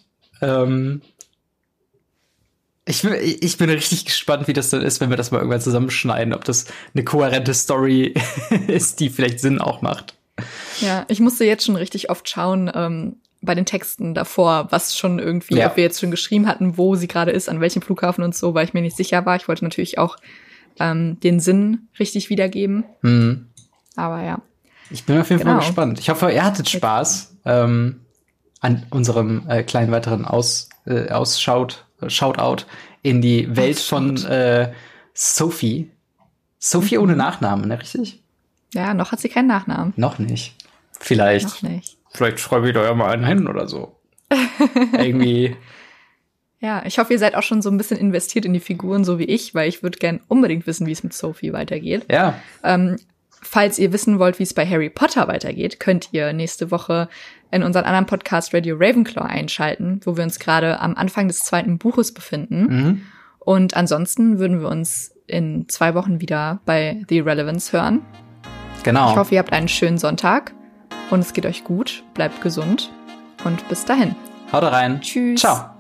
Ich bin richtig gespannt, wie das dann ist, wenn wir das mal irgendwann zusammenschneiden, ob das eine kohärente Story ist, die vielleicht Sinn auch macht. Ja, ich musste jetzt schon richtig oft schauen bei den Texten davor, was schon irgendwie, ob wir jetzt schon geschrieben hatten, wo sie gerade ist, an welchem Flughafen und so, weil ich mir nicht sicher war. Ich wollte natürlich auch den Sinn richtig wiedergeben. Mhm. Aber ja. Ich bin auf jeden Fall gespannt. Ich hoffe, ihr hattet Spaß an unserem kleinen weiteren Shoutout in die Welt von Sophie. Sophie ohne Nachnamen, ne, richtig? Ja, noch hat sie keinen Nachnamen. Noch nicht. Vielleicht. Noch nicht. Vielleicht schreibe ich da ja mal einen hin oder so. Irgendwie. Ja, ich hoffe, ihr seid auch schon so ein bisschen investiert in die Figuren, so wie ich, weil ich würde gern unbedingt wissen, wie es mit Sophie weitergeht. Ja. Falls ihr wissen wollt, wie es bei Harry Potter weitergeht, könnt ihr nächste Woche in unseren anderen Podcast Radio Ravenclaw einschalten, wo wir uns gerade am Anfang des 2. Buches befinden. Mhm. Und ansonsten würden wir uns in 2 Wochen wieder bei The Irrelevance hören. Genau. Ich hoffe, ihr habt einen schönen Sonntag und es geht euch gut, bleibt gesund und bis dahin. Haut rein. Tschüss. Ciao.